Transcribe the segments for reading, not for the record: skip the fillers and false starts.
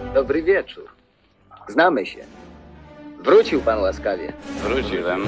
Dobry wieczór. Znamy się. Wrócił pan łaskawie. Wróciłem.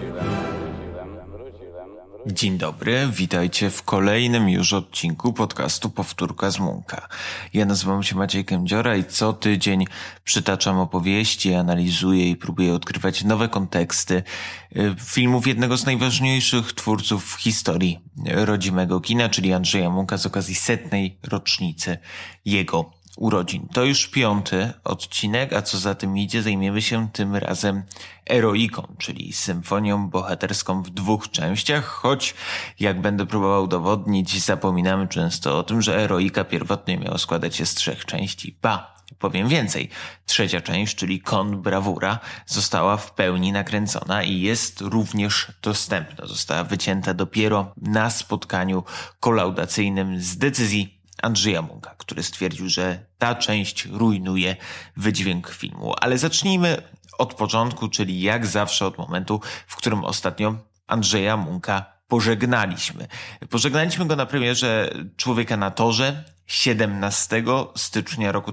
Dzień dobry, witajcie w kolejnym już odcinku podcastu Powtórka z Munka. Ja nazywam się Maciej Kędziora i co tydzień przytaczam opowieści, analizuję i próbuję odkrywać nowe konteksty filmów jednego z najważniejszych twórców w historii rodzimego kina, czyli Andrzeja Munka z okazji 100. rocznicy jego urodzin. To już 5. odcinek, a co za tym idzie, zajmiemy się tym razem Eroiką, czyli symfonią bohaterską w 2 częściach, choć jak będę próbował udowodnić, zapominamy często o tym, że Eroika pierwotnie miała składać się z 3 części. Powiem więcej. 3. część, czyli Kon Brawura, została w pełni nakręcona i jest również dostępna. Została wycięta dopiero na spotkaniu kolaudacyjnym z decyzji Andrzeja Munka, który stwierdził, że ta część rujnuje wydźwięk filmu. Ale zacznijmy od początku, czyli jak zawsze od momentu, w którym ostatnio Andrzeja Munka pożegnaliśmy. Pożegnaliśmy go na premierze Człowieka na torze 17 stycznia roku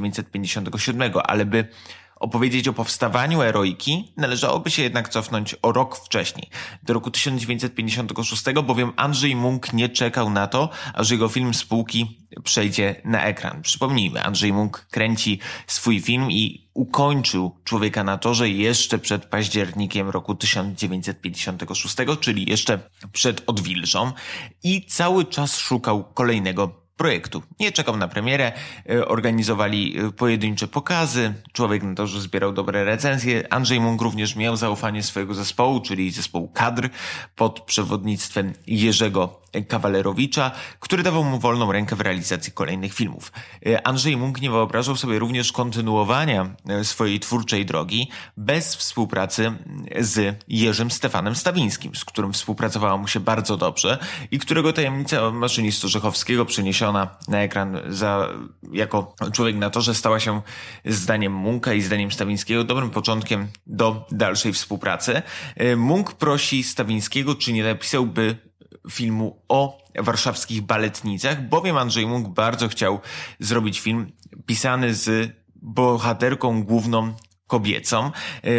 1957, ale by opowiedzieć o powstawaniu Eroiki, należałoby się jednak cofnąć o rok wcześniej, do roku 1956, bowiem Andrzej Munk nie czekał na to, aż jego film z półki przejdzie na ekran. Przypomnijmy, Andrzej Munk kręci swój film i ukończył Człowieka na torze jeszcze przed październikiem roku 1956, czyli jeszcze przed Odwilżą i cały czas szukał kolejnego projektu. Nie czekał na premierę, organizowali pojedyncze pokazy, Człowiek na torze zbierał dobre recenzje. Andrzej Munk również miał zaufanie swojego zespołu, czyli zespołu kadr pod przewodnictwem Jerzego Kawalerowicza, który dawał mu wolną rękę w realizacji kolejnych filmów. Andrzej Munk nie wyobrażał sobie również kontynuowania swojej twórczej drogi bez współpracy z Jerzym Stefanem Stawińskim, z którym współpracowała mu się bardzo dobrze i którego tajemnica maszynisty Orzechowskiego przeniesiona na ekran jako Człowiek na torze stała się zdaniem Munka i zdaniem Stawińskiego dobrym początkiem do dalszej współpracy. Munk prosi Stawińskiego, czy nie napisałby filmu o warszawskich baletnicach, bowiem Andrzej Munk bardzo chciał zrobić film pisany z bohaterką główną kobiecą,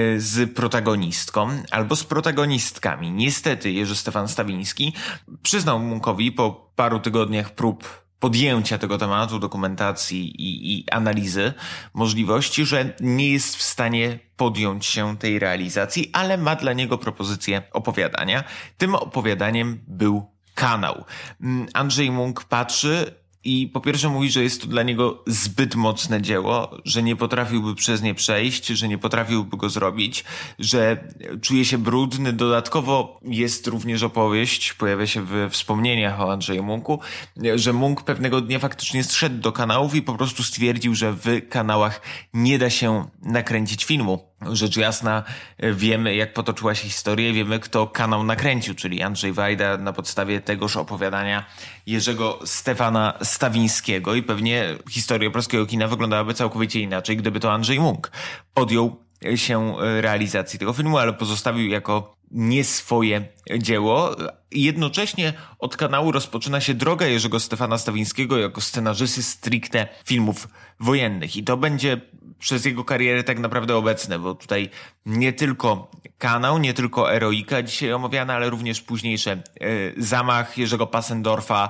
z protagonistką albo z protagonistkami. Niestety Jerzy Stefan Stawiński przyznał Munkowi po paru tygodniach prób podjęcia tego tematu, dokumentacji i analizy możliwości, że nie jest w stanie podjąć się tej realizacji, ale ma dla niego propozycję opowiadania. Tym opowiadaniem był Kanał. Andrzej Munk patrzy i po pierwsze mówi, że jest to dla niego zbyt mocne dzieło, że nie potrafiłby przez nie przejść, że nie potrafiłby go zrobić, że czuje się brudny. Dodatkowo jest również opowieść, pojawia się w wspomnieniach o Andrzeju Munku, że Munk pewnego dnia faktycznie zszedł do kanałów i po prostu stwierdził, że w kanałach nie da się nakręcić filmu. Rzecz jasna, wiemy jak potoczyła się historia, wiemy kto kanał nakręcił, czyli Andrzej Wajda na podstawie tegoż opowiadania Jerzego Stefana Stawińskiego i pewnie historia polskiego kina wyglądałaby całkowicie inaczej, gdyby to Andrzej Munk podjął się realizacji tego filmu, ale pozostawił jako nie swoje dzieło. Jednocześnie od kanału rozpoczyna się droga Jerzego Stefana Stawińskiego jako scenarzysty stricte filmów wojennych i to będzie przez jego karierę tak naprawdę obecne, bo tutaj nie tylko Kanał, nie tylko Eroika dzisiaj omawiana, ale również późniejsze Zamach Jerzego Passendorfa,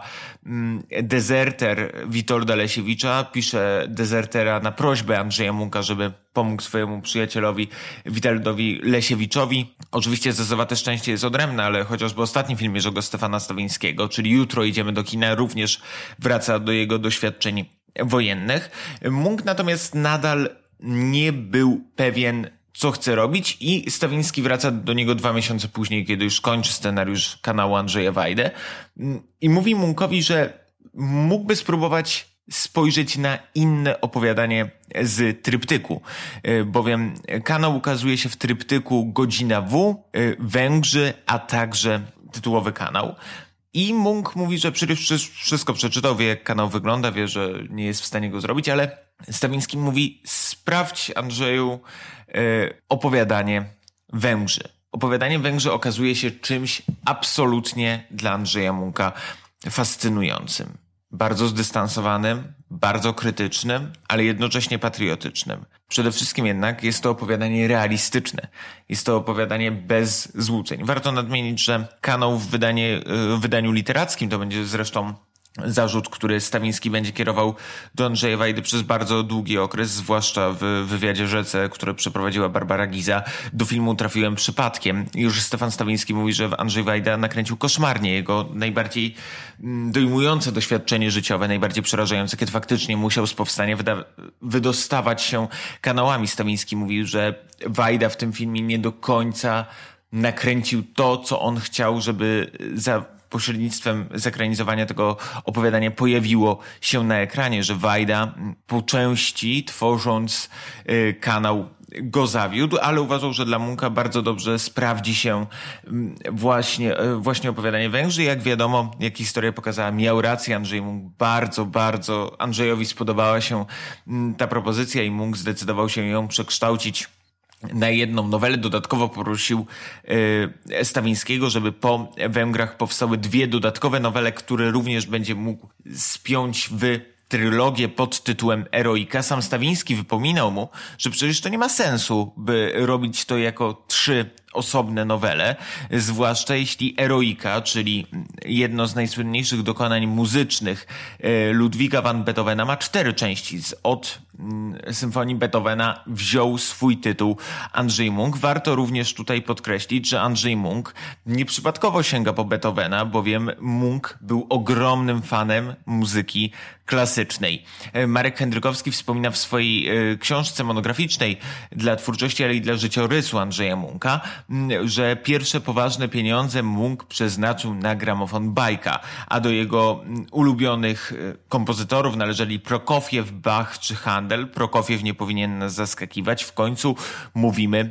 Dezerter Witolda Lesiewicza. Pisze Dezertera na prośbę Andrzeja Munka, żeby pomógł swojemu przyjacielowi Witoldowi Lesiewiczowi. Oczywiście Zezowate szczęście jest odrębne, ale chociażby ostatni film Jerzego Stefana Stawińskiego, czyli Jutro idziemy do kina, również wraca do jego doświadczeń wojennych. Munk natomiast nadal nie był pewien, co chce robić i Stawiński wraca do niego 2 miesiące później, kiedy już kończy scenariusz kanału Andrzeja Wajdy i mówi Munkowi, że mógłby spróbować spojrzeć na inne opowiadanie z tryptyku, bowiem kanał ukazuje się w tryptyku Godzina W, Węgrzy, a także tytułowy kanał. I Munk mówi, że przecież wszystko przeczytał, wie jak kanał wygląda, wie, że nie jest w stanie go zrobić, ale Stawiński mówi, sprawdź Andrzeju opowiadanie Węgrzy. Opowiadanie Węgrzy okazuje się czymś absolutnie dla Andrzeja Munka fascynującym. Bardzo zdystansowanym, bardzo krytycznym, ale jednocześnie patriotycznym. Przede wszystkim jednak jest to opowiadanie realistyczne. Jest to opowiadanie bez złudzeń. Warto nadmienić, że kanał w wydaniu literackim, to będzie zresztą zarzut, który Stawiński będzie kierował do Andrzeja Wajdy przez bardzo długi okres, zwłaszcza w wywiadzie Rzece, które przeprowadziła Barbara Giza. Do filmu trafiłem przypadkiem. Już Stefan Stawiński mówi, że Andrzej Wajda nakręcił koszmarnie. Jego najbardziej dojmujące doświadczenie życiowe, najbardziej przerażające, kiedy faktycznie musiał z powstania wydostawać się kanałami. Stawiński mówił, że Wajda w tym filmie nie do końca nakręcił to, co on chciał, żeby za pośrednictwem zekranizowania tego opowiadania pojawiło się na ekranie, że Wajda po części tworząc kanał go zawiódł, ale uważał, że dla Munka bardzo dobrze sprawdzi się właśnie opowiadanie Węgrzy. Jak wiadomo, jak historia pokazała, miał rację Andrzej Munk. Bardzo Andrzejowi spodobała się ta propozycja i Munk zdecydował się ją przekształcić na jedną nowelę. Dodatkowo poprosił Stawińskiego, żeby po Węgrach powstały 2 dodatkowe nowele, które również będzie mógł spiąć w trylogię pod tytułem Eroika. Sam Stawiński wypominał mu, że przecież to nie ma sensu, by robić to jako 3 osobne nowele, zwłaszcza jeśli Eroika, czyli jedno z najsłynniejszych dokonań muzycznych Ludwiga van Beethovena, ma 4 części. Od symfonii Beethovena wziął swój tytuł Andrzej Munk. Warto również tutaj podkreślić, że Andrzej Munk nieprzypadkowo sięga po Beethovena, bowiem Munk był ogromnym fanem muzyki klasycznej. Marek Hendrykowski wspomina w swojej książce monograficznej dla twórczości, ale i dla życiorysu Andrzeja Munka, że pierwsze poważne pieniądze Munk przeznaczył na gramofon Bajka, a do jego ulubionych kompozytorów należeli Prokofiew, Bach czy Handel. Prokofiew nie powinien nas zaskakiwać. W końcu mówimy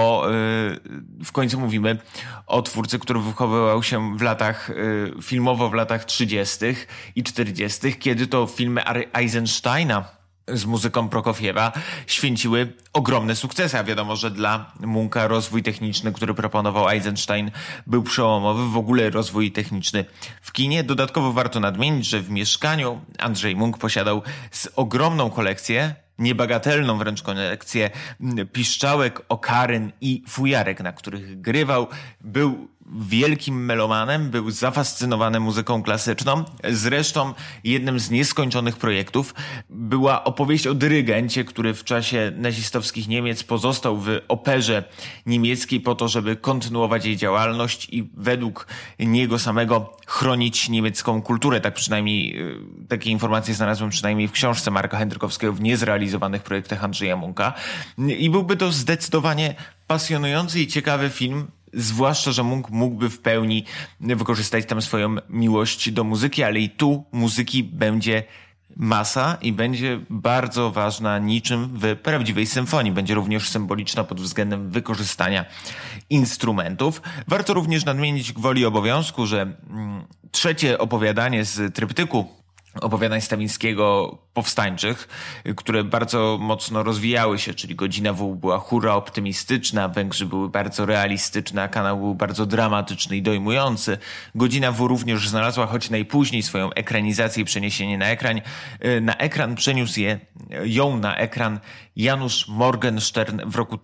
o twórcy, który wychowywał się filmowo w latach 30. i 40., kiedy to filmy Eisensteina z muzyką Prokofiewa święciły ogromne sukcesy. A wiadomo, że dla Munka rozwój techniczny, który proponował Eisenstein, był przełomowy. W ogóle rozwój techniczny w kinie. Dodatkowo warto nadmienić, że w mieszkaniu Andrzej Munk posiadał ogromną kolekcję, niebagatelną wręcz kolekcję piszczałek, okaryn i fujarek, na których grywał. Był wielkim melomanem, był zafascynowany muzyką klasyczną. Zresztą jednym z nieskończonych projektów była opowieść o dyrygencie, który w czasie nazistowskich Niemiec pozostał w operze niemieckiej po to, żeby kontynuować jej działalność i według niego samego chronić niemiecką kulturę. Tak przynajmniej takie informacje znalazłem przynajmniej w książce Marka Hendrykowskiego w niezrealizowanych projektach Andrzeja Munka. I byłby to zdecydowanie pasjonujący i ciekawy film, zwłaszcza, że Munk mógłby w pełni wykorzystać tam swoją miłość do muzyki, ale i tu muzyki będzie masa i będzie bardzo ważna niczym w prawdziwej symfonii. Będzie również symboliczna pod względem wykorzystania instrumentów. Warto również nadmienić gwoli obowiązku, że trzecie opowiadanie z tryptyku opowiadań Stawińskiego powstańczych, które bardzo mocno rozwijały się, czyli Godzina W była hura optymistyczna, Węgrzy były bardzo realistyczne, a kanał był bardzo dramatyczny i dojmujący. Godzina W również znalazła, choć najpóźniej, swoją ekranizację i przeniesienie na ekran. Przeniósł ją na ekran Janusz Morgenstern w roku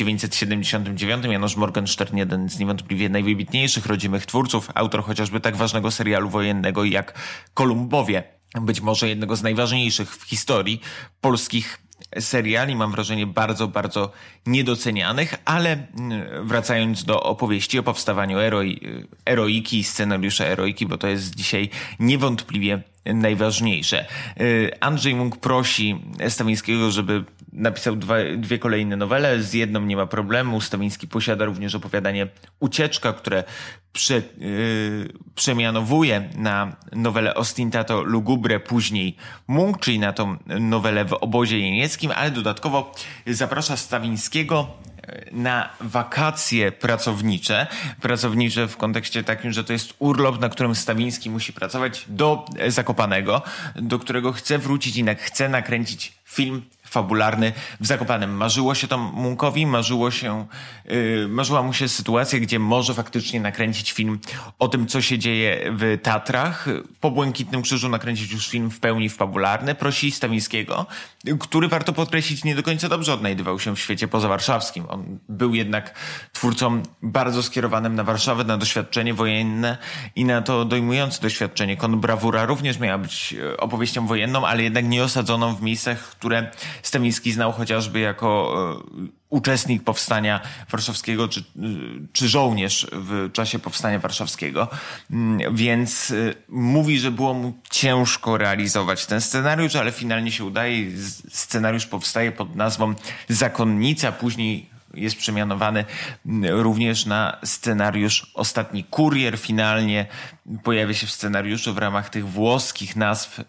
1979. Janusz Morgenstern, jeden z niewątpliwie najwybitniejszych rodzimych twórców, autor chociażby tak ważnego serialu wojennego jak Kolumbowie. Być może jednego z najważniejszych w historii polskich seriali, mam wrażenie bardzo niedocenianych, ale wracając do opowieści o powstawaniu Eroiki i scenariusza Eroiki, bo to jest dzisiaj niewątpliwie najważniejsze. Andrzej Munk prosi Stawińskiego, żeby napisał 2 kolejne nowele. Z jedną nie ma problemu. Stawiński posiada również opowiadanie Ucieczka, które przemianowuje na nowelę Ostintato Lugubre, później Munk, czyli na tą nowelę w obozie jenieckim, ale dodatkowo zaprasza Stawińskiego na wakacje pracownicze. Pracownicze w kontekście takim, że to jest urlop, na którym Stawiński musi pracować, do Zakopanego, do którego chce wrócić i chce nakręcić film fabularny w Zakopanem. Marzyło się tam Munkowi, marzyła mu się sytuacja, gdzie może faktycznie nakręcić film o tym, co się dzieje w Tatrach. Po Błękitnym Krzyżu nakręcić już film w pełni fabularny. Prosi Stawińskiego, który, warto podkreślić, nie do końca dobrze odnajdywał się w świecie pozawarszawskim. On był jednak twórcą bardzo skierowanym na Warszawę, na doświadczenie wojenne i na to dojmujące doświadczenie. Konbrawura również miała być opowieścią wojenną, ale jednak nie osadzoną w miejscach, które Stawiński znał chociażby jako uczestnik powstania warszawskiego czy żołnierz w czasie powstania warszawskiego. Więc mówi, że było mu ciężko realizować ten scenariusz, ale finalnie się udaje. Scenariusz powstaje pod nazwą Zakonnica, później jest przemianowany również na scenariusz Ostatni Kurier. Finalnie pojawia się w scenariuszu w ramach tych włoskich nazw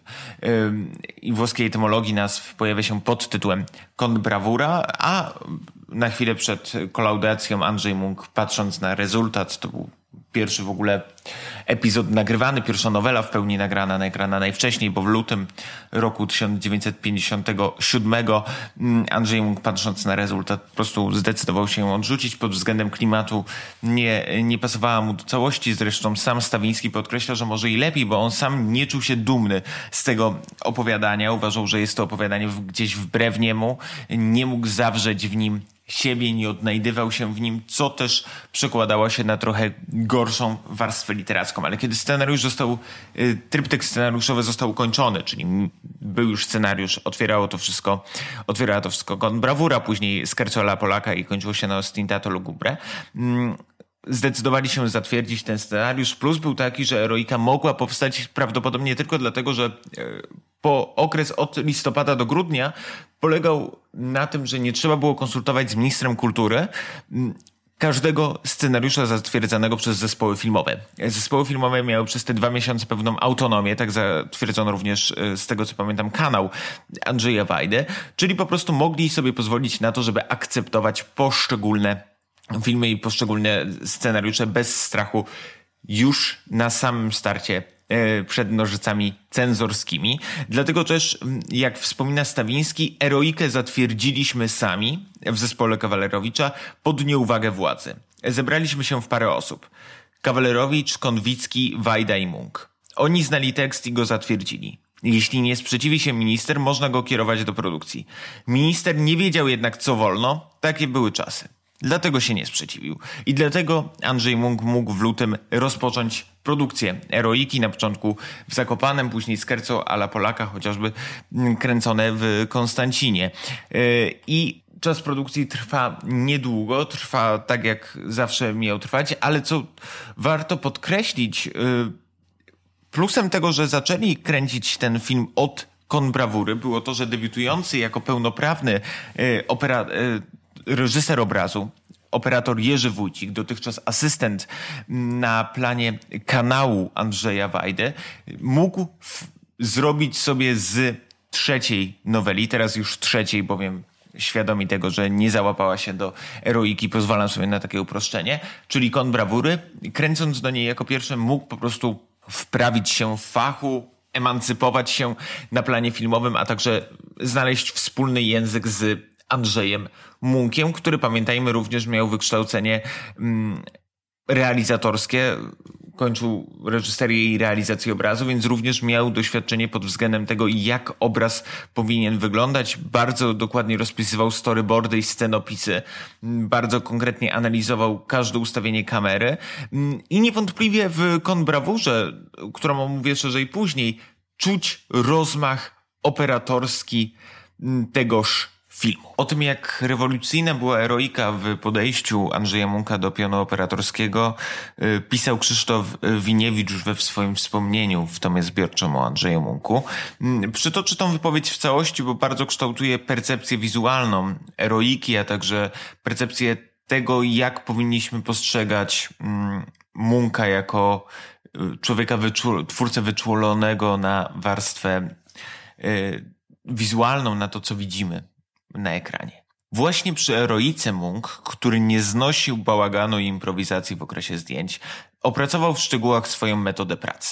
i włoskiej etymologii nazw pojawia się pod tytułem Konbrawura, a na chwilę przed kolaudacją Andrzej Munk, patrząc na rezultat, to był pierwszy w ogóle epizod nagrywany, pierwsza nowela w pełni nagrana najwcześniej, bo w lutym roku 1957 Andrzej Munk, patrząc na rezultat, po prostu zdecydował się ją odrzucić. Pod względem klimatu nie pasowała mu do całości. Zresztą sam Stawiński podkreśla, że może i lepiej, bo on sam nie czuł się dumny z tego opowiadania. Uważał, że jest to opowiadanie gdzieś wbrew niemu. Nie mógł zawrzeć w nim siebie, nie odnajdywał się w nim, co też przekładało się na trochę gorszą warstwę literacką. Ale kiedy tryptyk scenariuszowy został ukończony, czyli był już scenariusz, otwierała to wszystko Konbrawura, później Scherzo alla Polacca i kończyło się na Ostintato Lugubre, zdecydowali się zatwierdzić ten scenariusz. Plus był taki, że Eroika mogła powstać prawdopodobnie tylko dlatego, że okres od listopada do grudnia polegał na tym, że nie trzeba było konsultować z ministrem kultury każdego scenariusza zatwierdzanego przez zespoły filmowe. Zespoły filmowe miały przez te 2 miesiące pewną autonomię, tak zatwierdzono również, z tego co pamiętam, kanał Andrzeja Wajdy, czyli po prostu mogli sobie pozwolić na to, żeby akceptować poszczególne filmy i poszczególne scenariusze bez strachu już na samym starcie przed nożycami cenzorskimi. Dlatego też, jak wspomina Stawiński, Eroikę zatwierdziliśmy sami w zespole Kawalerowicza pod nieuwagę władzy. Zebraliśmy się w parę osób. Kawalerowicz, Konwicki, Wajda i Munk. Oni znali tekst i go zatwierdzili. Jeśli nie sprzeciwi się minister, można go kierować do produkcji. Minister nie wiedział jednak, co wolno. Takie były czasy. Dlatego się nie sprzeciwił. I dlatego Andrzej Munk mógł w lutym rozpocząć produkcję Eroiki, na początku w Zakopanem, później Scherzo alla Polacca, chociażby kręcone w Konstancinie. I czas produkcji trwa niedługo, trwa tak jak zawsze miał trwać, ale co warto podkreślić, plusem tego, że zaczęli kręcić ten film od Konbrawury, było to, że debiutujący jako pełnoprawny reżyser obrazu, operator Jerzy Wójcik, dotychczas asystent na planie kanału Andrzeja Wajdy, mógł zrobić sobie z trzeciej noweli, teraz już trzeciej, bowiem świadomi tego, że nie załapała się do Eroiki, pozwalam sobie na takie uproszczenie, czyli Konbrawury, kręcąc do niej jako pierwszy, mógł po prostu wprawić się w fachu, emancypować się na planie filmowym, a także znaleźć wspólny język z Andrzejem Munkiem, który, pamiętajmy, również miał wykształcenie realizatorskie, kończył reżyserię i realizację obrazu, więc również miał doświadczenie pod względem tego, jak obraz powinien wyglądać. Bardzo dokładnie rozpisywał storyboardy i scenopisy. Bardzo konkretnie analizował każde ustawienie kamery. I niewątpliwie w Konbrawurze, którą omówię szerzej później, czuć rozmach operatorski tegoż filmu. O tym, jak rewolucyjna była Eroika w podejściu Andrzeja Munka do pionu operatorskiego, pisał Krzysztof Winiewicz we swoim wspomnieniu w tomie zbiorczym o Andrzeju Munku. Przytoczę tą wypowiedź w całości, bo bardzo kształtuje percepcję wizualną Eroiki, a także percepcję tego, jak powinniśmy postrzegać Munka jako człowieka, twórcę wyczulonego na warstwę wizualną, na to, co widzimy na ekranie. Właśnie przy Eroice Munk, który nie znosił bałaganu i improwizacji w okresie zdjęć, opracował w szczegółach swoją metodę pracy.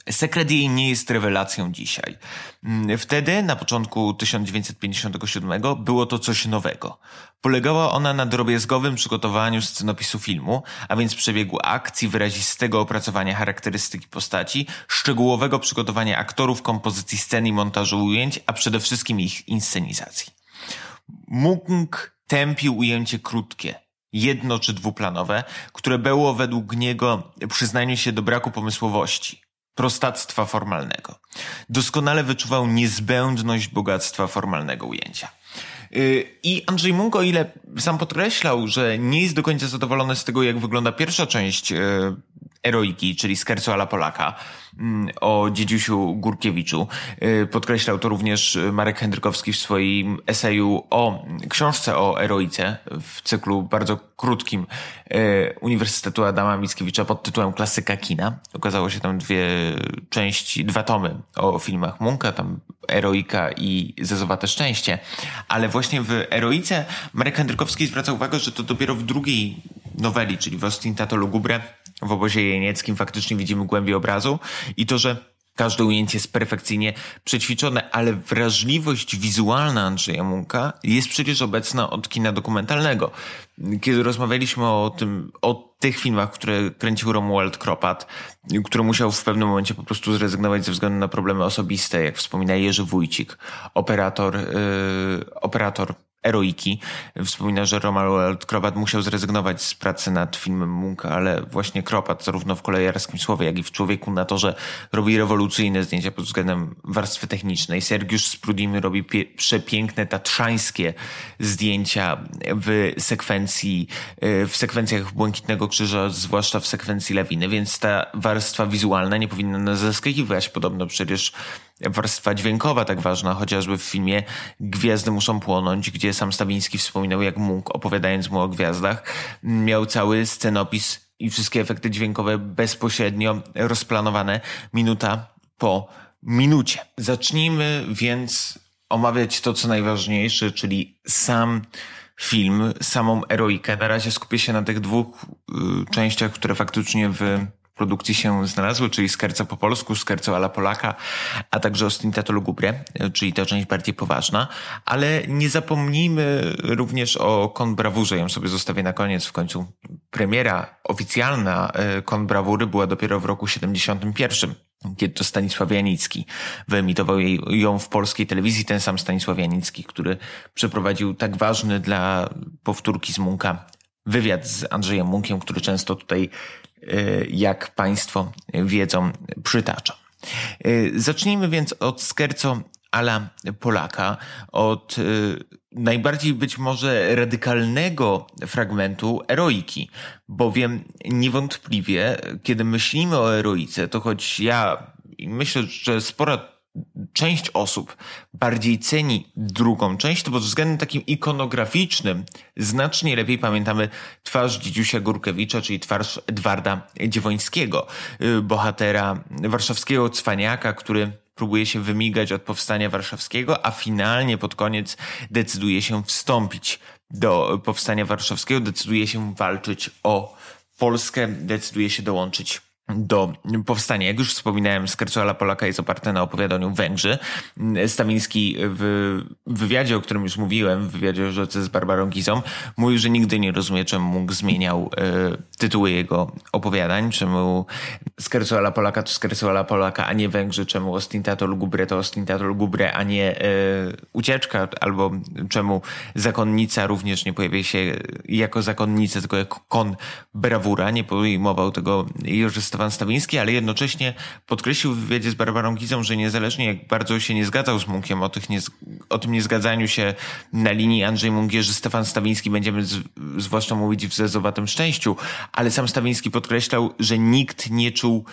sekret jej nie jest rewelacją dzisiaj. Wtedy, na początku 1957, było to coś nowego. Polegała ona na drobiazgowym przygotowaniu scenopisu filmu, a więc przebiegu akcji, wyrazistego opracowania charakterystyki postaci, szczegółowego przygotowania aktorów, kompozycji scen i montażu ujęć, a przede wszystkim ich inscenizacji. Munk tępił ujęcie krótkie, jedno- czy dwuplanowe, które było według niego przyznaniem się do braku pomysłowości, prostactwa formalnego. Doskonale wyczuwał niezbędność bogactwa formalnego ujęcia. I Andrzej Munk, o ile sam podkreślał, że nie jest do końca zadowolony z tego, jak wygląda pierwsza część Eroiki, czyli Scherzo alla Polaka, o dziedziusiu Górkiewiczu. Podkreślał to również Marek Jędrykowski w swoim eseju o książce o Eroice w cyklu bardzo krótkim Uniwersytetu Adama Mickiewicza pod tytułem Klasyka kina. Ukazało się tam dwa tomy o filmach Munka, tam Eroika i Zezowate szczęście. Ale właśnie w Eroice Marek Jędrykowski zwraca uwagę, że to dopiero w drugiej noweli, czyli w Ostintato Lugubre, w obozie jenieckim, faktycznie widzimy głębię obrazu i to, że każde ujęcie jest perfekcyjnie przećwiczone, ale wrażliwość wizualna Andrzeja Munka jest przecież obecna od kina dokumentalnego. Kiedy rozmawialiśmy o tych filmach, które kręcił Romuald Kropat, który musiał w pewnym momencie po prostu zrezygnować ze względu na problemy osobiste, jak wspomina Jerzy Wójcik, operator Eroiki. Wspomina, że Romuald Kropat musiał zrezygnować z pracy nad filmem Munka, ale właśnie Kropat zarówno w Kolejarskim Słowie, jak i w Człowieku na torze robi rewolucyjne zdjęcia pod względem warstwy technicznej. Sergiusz Sprudin robi przepiękne tatrzańskie zdjęcia w sekwencjach Błękitnego Krzyża, zwłaszcza w sekwencji Lawiny, więc ta warstwa wizualna nie powinna nas zaskakiwać. Podobno przecież warstwa dźwiękowa tak ważna, chociażby w filmie Gwiazdy muszą płonąć, gdzie sam Stawiński wspominał, jak Munk, opowiadając mu o gwiazdach, miał cały scenopis i wszystkie efekty dźwiękowe bezpośrednio rozplanowane minuta po minucie. Zacznijmy więc omawiać to, co najważniejsze, czyli sam film, samą Eroikę. Na razie skupię się na tych dwóch częściach, które faktycznie w produkcji się znalazły, czyli Scherzo po polsku, Scherzo alla Polaka, a także Ostintato Lugubre, czyli ta część bardziej poważna, ale nie zapomnijmy również o Konbrawurze, ją sobie zostawię na koniec. W końcu premiera oficjalna Konbrawury była dopiero w roku 71, kiedy to Stanisław Janicki wyemitował ją w polskiej telewizji, ten sam Stanisław Janicki, który przeprowadził tak ważny dla powtórki z Munka wywiad z Andrzejem Munkiem, który często tutaj, jak Państwo wiedzą, przytaczam. Zacznijmy więc od Scherzo alla Polaka, od najbardziej być może radykalnego fragmentu Eroiki, bowiem niewątpliwie, kiedy myślimy o Eroice, to choć ja myślę, że spora część osób bardziej ceni drugą część, to pod względem takim ikonograficznym znacznie lepiej pamiętamy twarz dziedziusia Górkiewicza, czyli twarz Edwarda Dziewońskiego, bohatera warszawskiego cwaniaka, który próbuje się wymigać od powstania warszawskiego, a finalnie pod koniec decyduje się wstąpić do powstania warszawskiego, decyduje się walczyć o Polskę, decyduje się dołączyć do powstania. Jak już wspominałem, Scherzo alla Polaka jest oparte na opowiadaniu Węgrzy. Stawiński w wywiadzie, o którym już mówiłem, w wywiadzie o rzece z Barbarą Gizą, mówił, że nigdy nie rozumie, czemu mógł zmieniał tytuły jego opowiadań, czemu Scherzo alla Polaka to Scherzo alla Polaka, a nie Węgrzy, czemu Ostintato Lugubre to Ostintato Lugubre, a nie Ucieczka, albo czemu zakonnica również nie pojawia się jako zakonnica, tylko jako Konbrawura. Nie pojmował tego Stefan Stawiński, ale jednocześnie podkreślił w wywiadzie z Barbarą Gizą, że niezależnie jak bardzo się nie zgadzał z Munkiem o tym niezgadzaniu się na linii Andrzej Munk, Jerzy Stefan Stawiński, będziemy zwłaszcza mówić w Zezowatym szczęściu, ale sam Stawiński podkreślał, że nikt nie czuł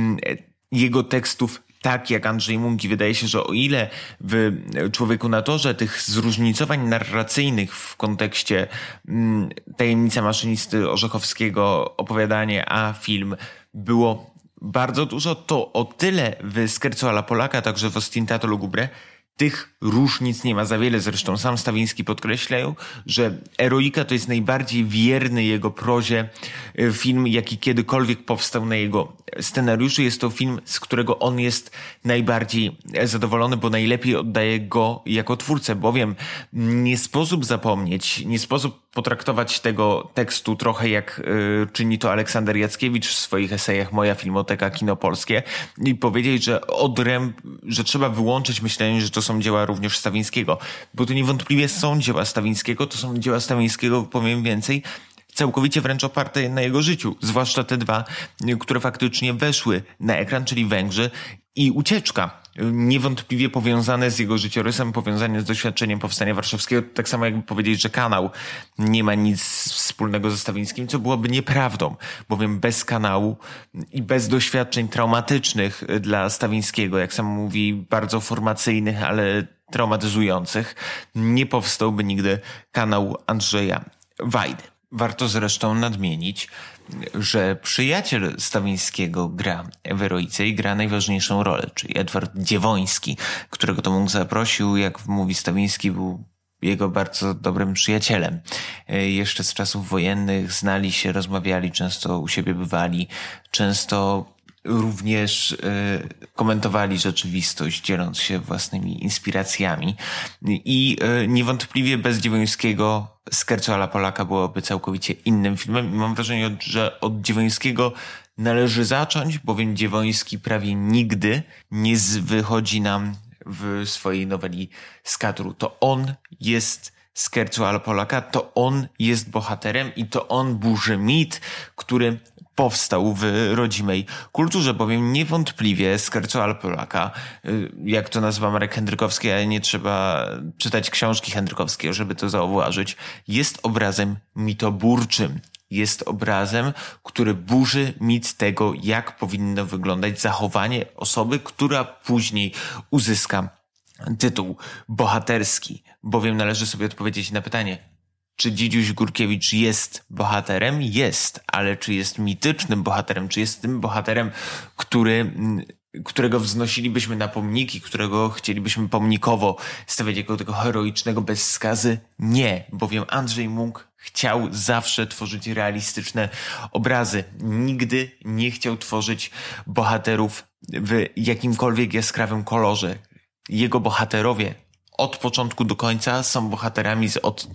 jego tekstów tak jak Andrzej Munk. I wydaje się, że o ile w Człowieku na torze tych zróżnicowań narracyjnych w kontekście Tajemnica maszynisty Orzechowskiego, opowiadanie, a film było bardzo dużo, to o tyle w Scherzo alla Polaka, także w Ostintato Lugubre, Tych różnic nie ma za wiele. Zresztą sam Stawiński podkreślał, że Eroika to jest najbardziej wierny jego prozie film, jaki kiedykolwiek powstał na jego scenariuszu. Jest to film, z którego on jest najbardziej zadowolony, bo najlepiej oddaje go jako twórcę, bowiem nie sposób zapomnieć, nie sposób potraktować tego tekstu trochę jak czyni to Aleksander Jackiewicz w swoich esejach Moja Filmoteka, Kino Polskie i powiedzieć, że trzeba wyłączyć myślenie, że to są dzieła również Stawińskiego, bo to niewątpliwie są dzieła Stawińskiego, to są dzieła Stawińskiego, powiem więcej, całkowicie wręcz oparte na jego życiu, zwłaszcza te dwa, które faktycznie weszły na ekran, czyli Węgrzy i Ucieczka. Niewątpliwie powiązane z jego życiorysem, powiązane z doświadczeniem Powstania Warszawskiego, tak samo jakby powiedzieć, że Kanał nie ma nic wspólnego ze Stawińskim, co byłoby nieprawdą, bowiem bez Kanału i bez doświadczeń traumatycznych dla Stawińskiego, jak sam mówi, bardzo formacyjnych, ale traumatyzujących, nie powstałby nigdy Kanał Andrzeja Wajdy. Warto zresztą nadmienić, że przyjaciel Stawińskiego gra w Eroice i gra najważniejszą rolę, czyli Edward Dziewoński, którego to mógł zaprosił, jak mówi Stawiński, był jego bardzo dobrym przyjacielem. Jeszcze z czasów wojennych znali się, rozmawiali, często u siebie bywali, często również komentowali rzeczywistość, dzieląc się własnymi inspiracjami. I niewątpliwie bez Dziewońskiego Scherzo alla Polacca byłoby całkowicie innym filmem. I mam wrażenie, że od Dziewońskiego należy zacząć, bowiem Dziewoński prawie nigdy nie wychodzi nam w swojej noweli z kadru. To on jest Scherzo alla Polacca, to on jest bohaterem i to on burzy mit, który powstał w rodzimej kulturze, bowiem niewątpliwie Scherzo alla Polacca, jak to nazywa Marek Hendrykowski, ale nie trzeba czytać książki Hendrykowskiego, żeby to zauważyć, jest obrazem mitoburczym. Jest obrazem, który burzy mit tego, jak powinno wyglądać zachowanie osoby, która później uzyska tytuł bohaterski. Bowiem należy sobie odpowiedzieć na pytanie, czy Dzidziuś Górkiewicz jest bohaterem? Jest, ale czy jest mitycznym bohaterem? Czy jest tym bohaterem, którego wznosilibyśmy na pomniki, którego chcielibyśmy pomnikowo stawiać jako tego heroicznego bez skazy? Nie, bowiem Andrzej Munk chciał zawsze tworzyć realistyczne obrazy. Nigdy nie chciał tworzyć bohaterów w jakimkolwiek jaskrawym kolorze. Jego bohaterowie od początku do końca są bohaterami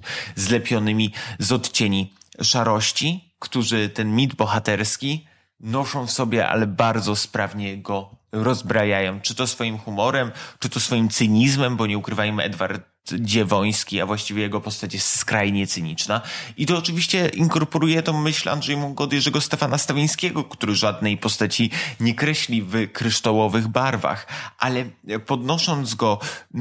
zlepionymi z odcieni szarości, którzy ten mit bohaterski noszą w sobie, ale bardzo sprawnie go rozbrajają. Czy to swoim humorem, czy to swoim cynizmem, bo nie ukrywajmy, Edward Dziewoński, a właściwie jego postać jest skrajnie cyniczna. I to oczywiście inkorporuje tą myśl Andrzej Munk od Jerzego Stefana Stawińskiego, który żadnej postaci nie kreśli w kryształowych barwach, ale podnosząc go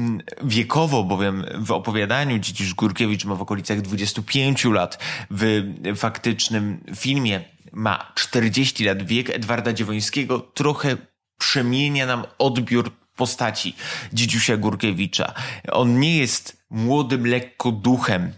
wiekowo, bowiem w opowiadaniu Dzidziuś Górkiewicz ma w okolicach 25 lat, w faktycznym filmie ma 40 lat, wiek Edwarda Dziewońskiego trochę przemienia nam odbiór postaci Dzidziusia Górkiewicza. On nie jest młodym lekkoduchem,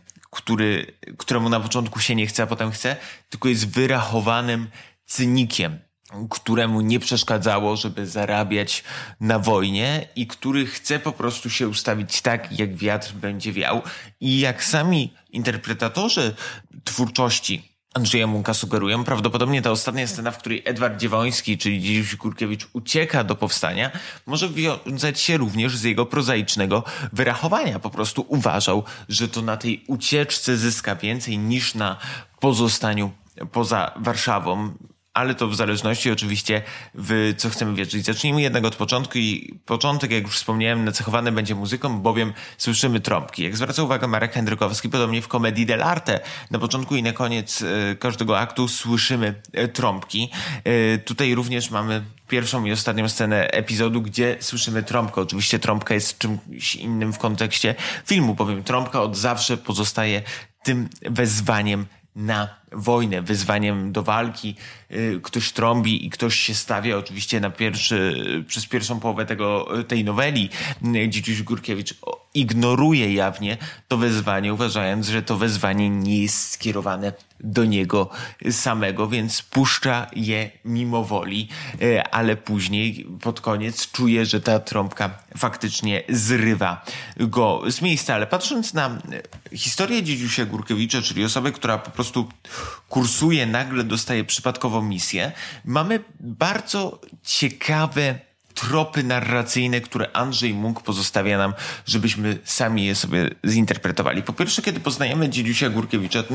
któremu na początku się nie chce, a potem chce, tylko jest wyrachowanym cynikiem, któremu nie przeszkadzało, żeby zarabiać na wojnie i który chce po prostu się ustawić tak, jak wiatr będzie wiał. I jak sami interpretatorzy twórczości Andrzeja Munka sugerują, prawdopodobnie ta ostatnia scena, w której Edward Dziewoński, czyli Dzidziuś Górkiewicz, ucieka do powstania, może wiązać się również z jego prozaicznego wyrachowania. Po prostu uważał, że to na tej ucieczce zyska więcej niż na pozostaniu poza Warszawą. Ale to w zależności oczywiście w co chcemy wierzyć. Zacznijmy jednak od początku i początek, jak już wspomniałem, nacechowany będzie muzyką, bowiem słyszymy trąbki. Jak zwraca uwagę Marek Hendrykowski, podobnie w komedii dell'arte, na początku i na koniec każdego aktu słyszymy trąbki. Tutaj również mamy pierwszą i ostatnią scenę epizodu, gdzie słyszymy trąbkę. Oczywiście trąbka jest czymś innym w kontekście filmu, bowiem trąbka od zawsze pozostaje tym wezwaniem na wojnę, wyzwaniem do walki. Ktoś trąbi i ktoś się stawia. Oczywiście przez pierwszą połowę tej noweli Dzidziuś Górkiewicz ignoruje jawnie to wezwanie, uważając, że to wezwanie nie jest skierowane do niego samego, więc puszcza je mimo woli, ale później pod koniec czuje, że ta trąbka faktycznie zrywa go z miejsca. Ale patrząc na historię Dziedziusia Górkiewicza, czyli osobę, która po prostu kursuje, nagle dostaje przypadkową misję, mamy bardzo ciekawe tropy narracyjne, które Andrzej Munk pozostawia nam, żebyśmy sami je sobie zinterpretowali. Po pierwsze, kiedy poznajemy Dziedziusia Górkiewicza,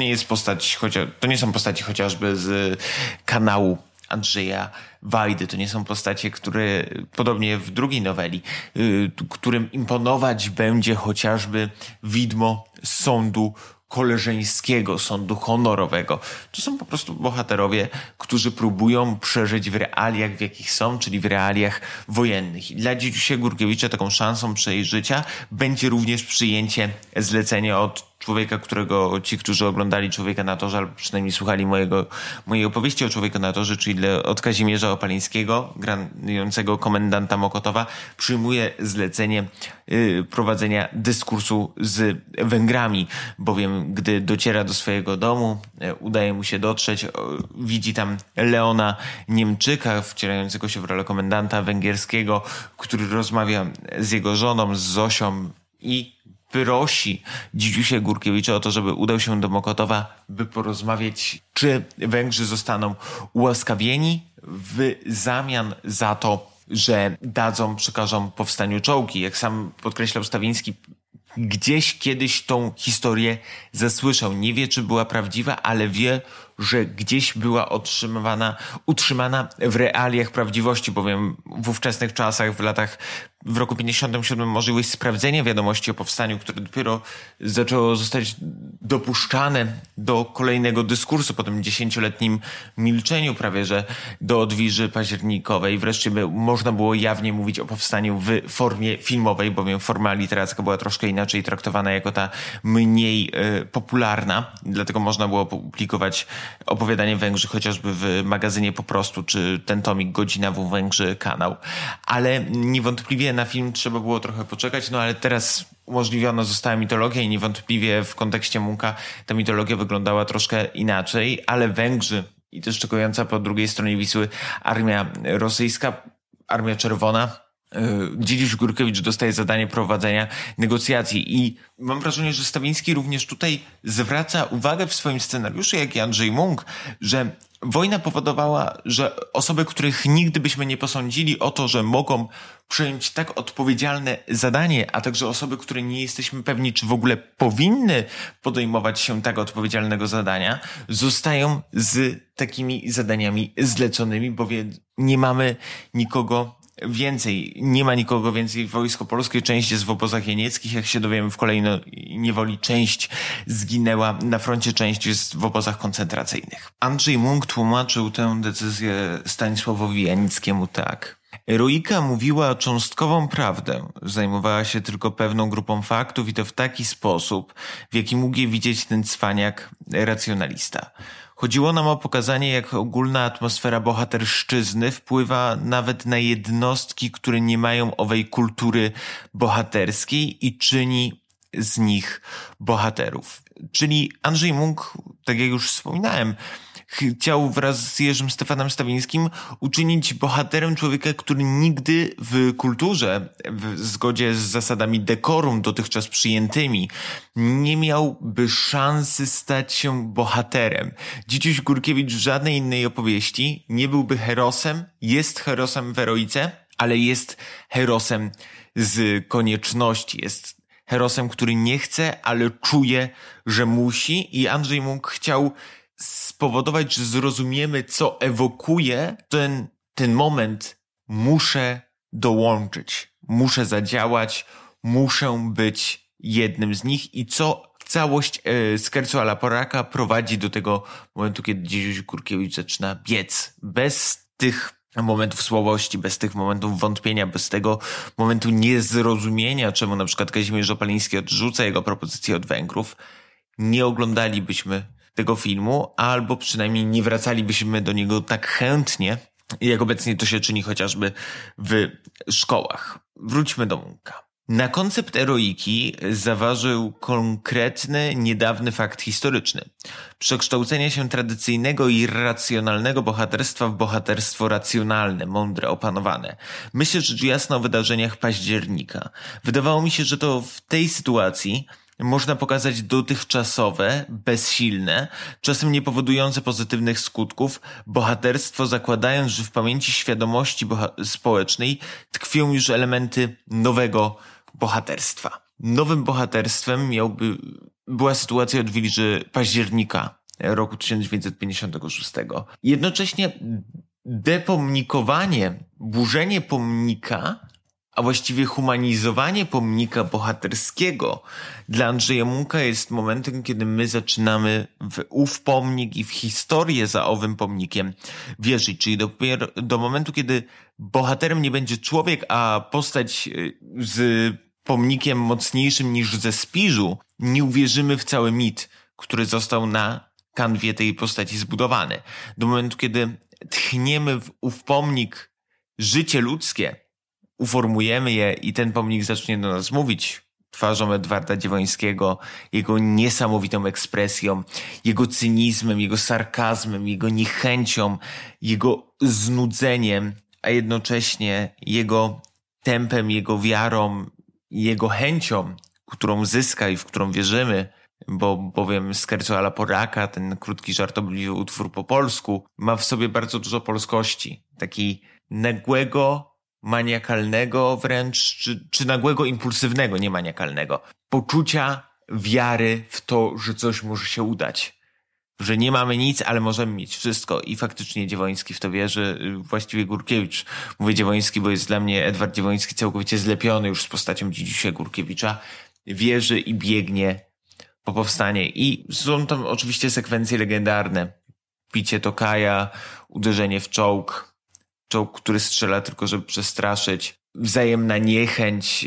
to nie są postaci chociażby z kanału Andrzeja Wajdy. To nie są postacie, które, podobnie w drugiej noweli, którym imponować będzie chociażby widmo sądu koleżeńskiego, sądu honorowego. To są po prostu bohaterowie, którzy próbują przeżyć w realiach, w jakich są, czyli w realiach wojennych. I dla Dziedziusia Górkiewicza taką szansą przeżycia będzie również przyjęcie zlecenia od człowieka, którego ci, którzy oglądali Człowieka na torze, albo przynajmniej słuchali mojej opowieści o Człowieku na torze, czyli od Kazimierza Opalińskiego, granującego komendanta Mokotowa, przyjmuje zlecenie prowadzenia dyskursu z Węgrami, bowiem gdy dociera do swojego domu, udaje mu się dotrzeć, widzi tam Leona Niemczyka, wcierającego się w rolę komendanta węgierskiego, który rozmawia z jego żoną, z Zosią i prosi Dziedziusia Górkiewicza o to, żeby udał się do Mokotowa, by porozmawiać, czy Węgrzy zostaną ułaskawieni w zamian za to, że przekażą powstaniu czołgi. Jak sam podkreślał Stawiński, gdzieś kiedyś tą historię zasłyszał. Nie wie, czy była prawdziwa, ale wie, że gdzieś była utrzymana w realiach prawdziwości, bowiem w ówczesnych czasach, w roku 57 możliwość sprawdzenia wiadomości o powstaniu, które dopiero zaczęło zostać dopuszczane do kolejnego dyskursu po tym 10-letnim milczeniu prawie, że do odwiży październikowej. Wreszcie można było jawnie mówić o powstaniu w formie filmowej, bowiem forma literacka była troszkę inaczej traktowana jako ta mniej popularna. Dlatego można było publikować opowiadanie Węgrzy chociażby w magazynie Po prostu, czy ten tomik Godzina w Węgrzy kanał. Ale niewątpliwie na film trzeba było trochę poczekać, ale teraz umożliwiona została mitologia i niewątpliwie w kontekście Munka ta mitologia wyglądała troszkę inaczej, ale Węgrzy i też czekająca po drugiej stronie Wisły armia rosyjska, Armia Czerwona, Dziedziuś Górkiewicz dostaje zadanie prowadzenia negocjacji i mam wrażenie, że Stawiński również tutaj zwraca uwagę w swoim scenariuszu, jak i Andrzej Munk, że wojna powodowała, że osoby, których nigdy byśmy nie posądzili o to, że mogą przejąć tak odpowiedzialne zadanie, a także osoby, które nie jesteśmy pewni, czy w ogóle powinny podejmować się tak odpowiedzialnego zadania, zostają z takimi zadaniami zleconymi, bowiem nie ma nikogo więcej w Wojsko Polskie, część jest w obozach jenieckich, jak się dowiemy w kolejnej niewoli, część zginęła na froncie, część jest w obozach koncentracyjnych. Andrzej Munk tłumaczył tę decyzję Stanisławowi Janickiemu tak. Eroika mówiła cząstkową prawdę, zajmowała się tylko pewną grupą faktów i to w taki sposób, w jaki mógł je widzieć ten cwaniak racjonalista. Chodziło nam o pokazanie, jak ogólna atmosfera bohaterszczyzny wpływa nawet na jednostki, które nie mają owej kultury bohaterskiej i czyni z nich bohaterów. Czyli Andrzej Munk, tak jak już wspominałem, chciał wraz z Jerzym Stefanem Stawińskim uczynić bohaterem człowieka, który nigdy w kulturze, w zgodzie z zasadami dekorum dotychczas przyjętymi, nie miałby szansy stać się bohaterem. Dziedziuś Górkiewicz w żadnej innej opowieści nie byłby herosem, jest herosem w Eroice, ale jest herosem z konieczności, jest herosem, który nie chce, ale czuje, że musi i Andrzej Munk chciał spowodować, że zrozumiemy, co ewokuje ten moment. Muszę dołączyć, muszę zadziałać, muszę być jednym z nich i co całość Scherzo alla Polacca prowadzi do tego momentu, kiedy Dziedziuś Górkiewicz zaczyna biec. Bez tych momentów słabości, bez tych momentów wątpienia, bez tego momentu niezrozumienia, czemu na przykład Kazimierz Opaliński odrzuca jego propozycję od Węgrów, nie oglądalibyśmy tego filmu, albo przynajmniej nie wracalibyśmy do niego tak chętnie, jak obecnie to się czyni chociażby w szkołach. Wróćmy do Munka. Na koncept eroiki zaważył konkretny, niedawny fakt historyczny. Przekształcenie się tradycyjnego i racjonalnego bohaterstwa w bohaterstwo racjonalne, mądre, opanowane. Myślę rzecz jasna o wydarzeniach października. Wydawało mi się, że to w tej sytuacji można pokazać dotychczasowe, bezsilne, czasem nie powodujące pozytywnych skutków, bohaterstwo, zakładając, że w pamięci świadomości społecznej tkwią już elementy nowego bohaterstwa. Nowym bohaterstwem była sytuacja od wilży października roku 1956. Jednocześnie depomnikowanie, burzenie pomnika, a właściwie humanizowanie pomnika bohaterskiego dla Andrzeja Munka jest momentem, kiedy my zaczynamy w ów pomnik i w historię za owym pomnikiem wierzyć. Czyli dopiero do momentu, kiedy bohaterem nie będzie człowiek, a postać z pomnikiem mocniejszym niż ze Spiżu, nie uwierzymy w cały mit, który został na kanwie tej postaci zbudowany. Do momentu, kiedy tchniemy w ów pomnik życie ludzkie, uformujemy je i ten pomnik zacznie do nas mówić twarzą Edwarda Dziewońskiego, jego niesamowitą ekspresją, jego cynizmem, jego sarkazmem, jego niechęcią, jego znudzeniem, a jednocześnie jego tempem, jego wiarą, jego chęcią, którą zyska i w którą wierzymy, bowiem Scherzo alla Polacca, ten krótki, żartobliwy utwór po polsku, ma w sobie bardzo dużo polskości. Taki nagłego, maniakalnego wręcz, czy nagłego, impulsywnego, nie maniakalnego, poczucia wiary w to, że coś może się udać. Że nie mamy nic, ale możemy mieć wszystko. I faktycznie Dziewoński w to wierzy, właściwie Górkiewicz. Mówię Dziewoński, bo jest dla mnie Edward Dziewoński całkowicie zlepiony już z postacią Dzidzisia Górkiewicza. Wierzy i biegnie po powstanie. I są tam oczywiście sekwencje legendarne. Picie Tokaja, uderzenie w czołg, który strzela tylko, żeby przestraszyć. Wzajemna niechęć,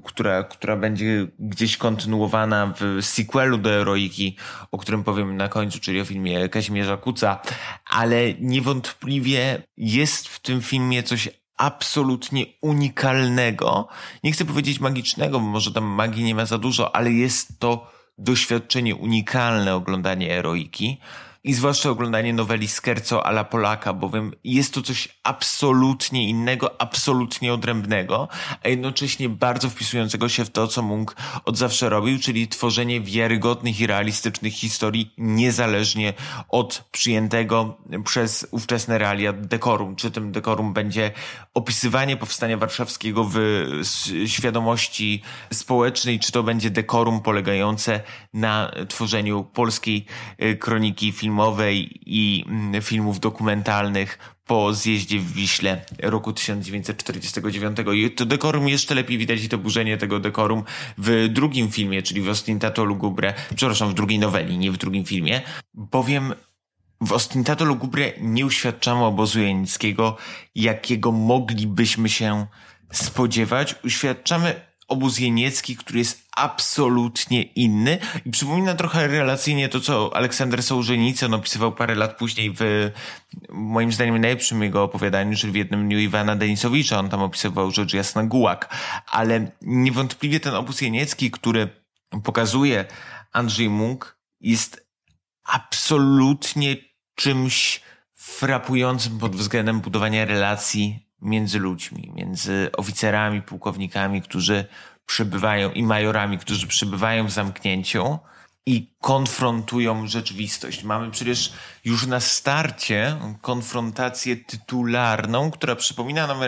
która będzie gdzieś kontynuowana w sequelu do Eroiki, o którym powiem na końcu, czyli o filmie Kazimierza Kuca. Ale niewątpliwie jest w tym filmie coś absolutnie unikalnego. Nie chcę powiedzieć magicznego, bo może tam magii nie ma za dużo, ale jest to doświadczenie unikalne, oglądanie Eroiki. I zwłaszcza oglądanie noweli Scherzo alla Polacca, bowiem jest to coś absolutnie innego, absolutnie odrębnego, a jednocześnie bardzo wpisującego się w to, co Munk od zawsze robił, czyli tworzenie wiarygodnych i realistycznych historii niezależnie od przyjętego przez ówczesne realia dekorum. Czy tym dekorum będzie opisywanie powstania warszawskiego w świadomości społecznej, czy to będzie dekorum polegające na tworzeniu polskiej kroniki filmowej i filmów dokumentalnych po zjeździe w Wiśle roku 1949. I to dekorum jeszcze lepiej widać i to burzenie tego dekorum w drugim filmie, czyli w Ostentato Lugubre, przepraszam, w drugiej noweli, nie w drugim filmie, bowiem w Ostentato Lugubre nie uświadczamy obozu jenickiego, jakiego moglibyśmy się spodziewać. Uświadczamy obóz jeniecki, który jest absolutnie inny i przypomina trochę relacyjnie to, co Aleksander Sołżenicyn opisywał parę lat później w moim zdaniem najlepszym jego opowiadaniu, czyli w jednym dniu Iwana Denisowicza. On tam opisywał rzecz jasna gułag, ale niewątpliwie ten obóz jeniecki, który pokazuje Andrzej Munk, jest absolutnie czymś frapującym pod względem budowania relacji między ludźmi, między oficerami, pułkownikami, którzy przebywają i majorami, którzy przebywają w zamknięciu i konfrontują rzeczywistość. Mamy przecież już na starcie konfrontację tytularną, która przypomina nam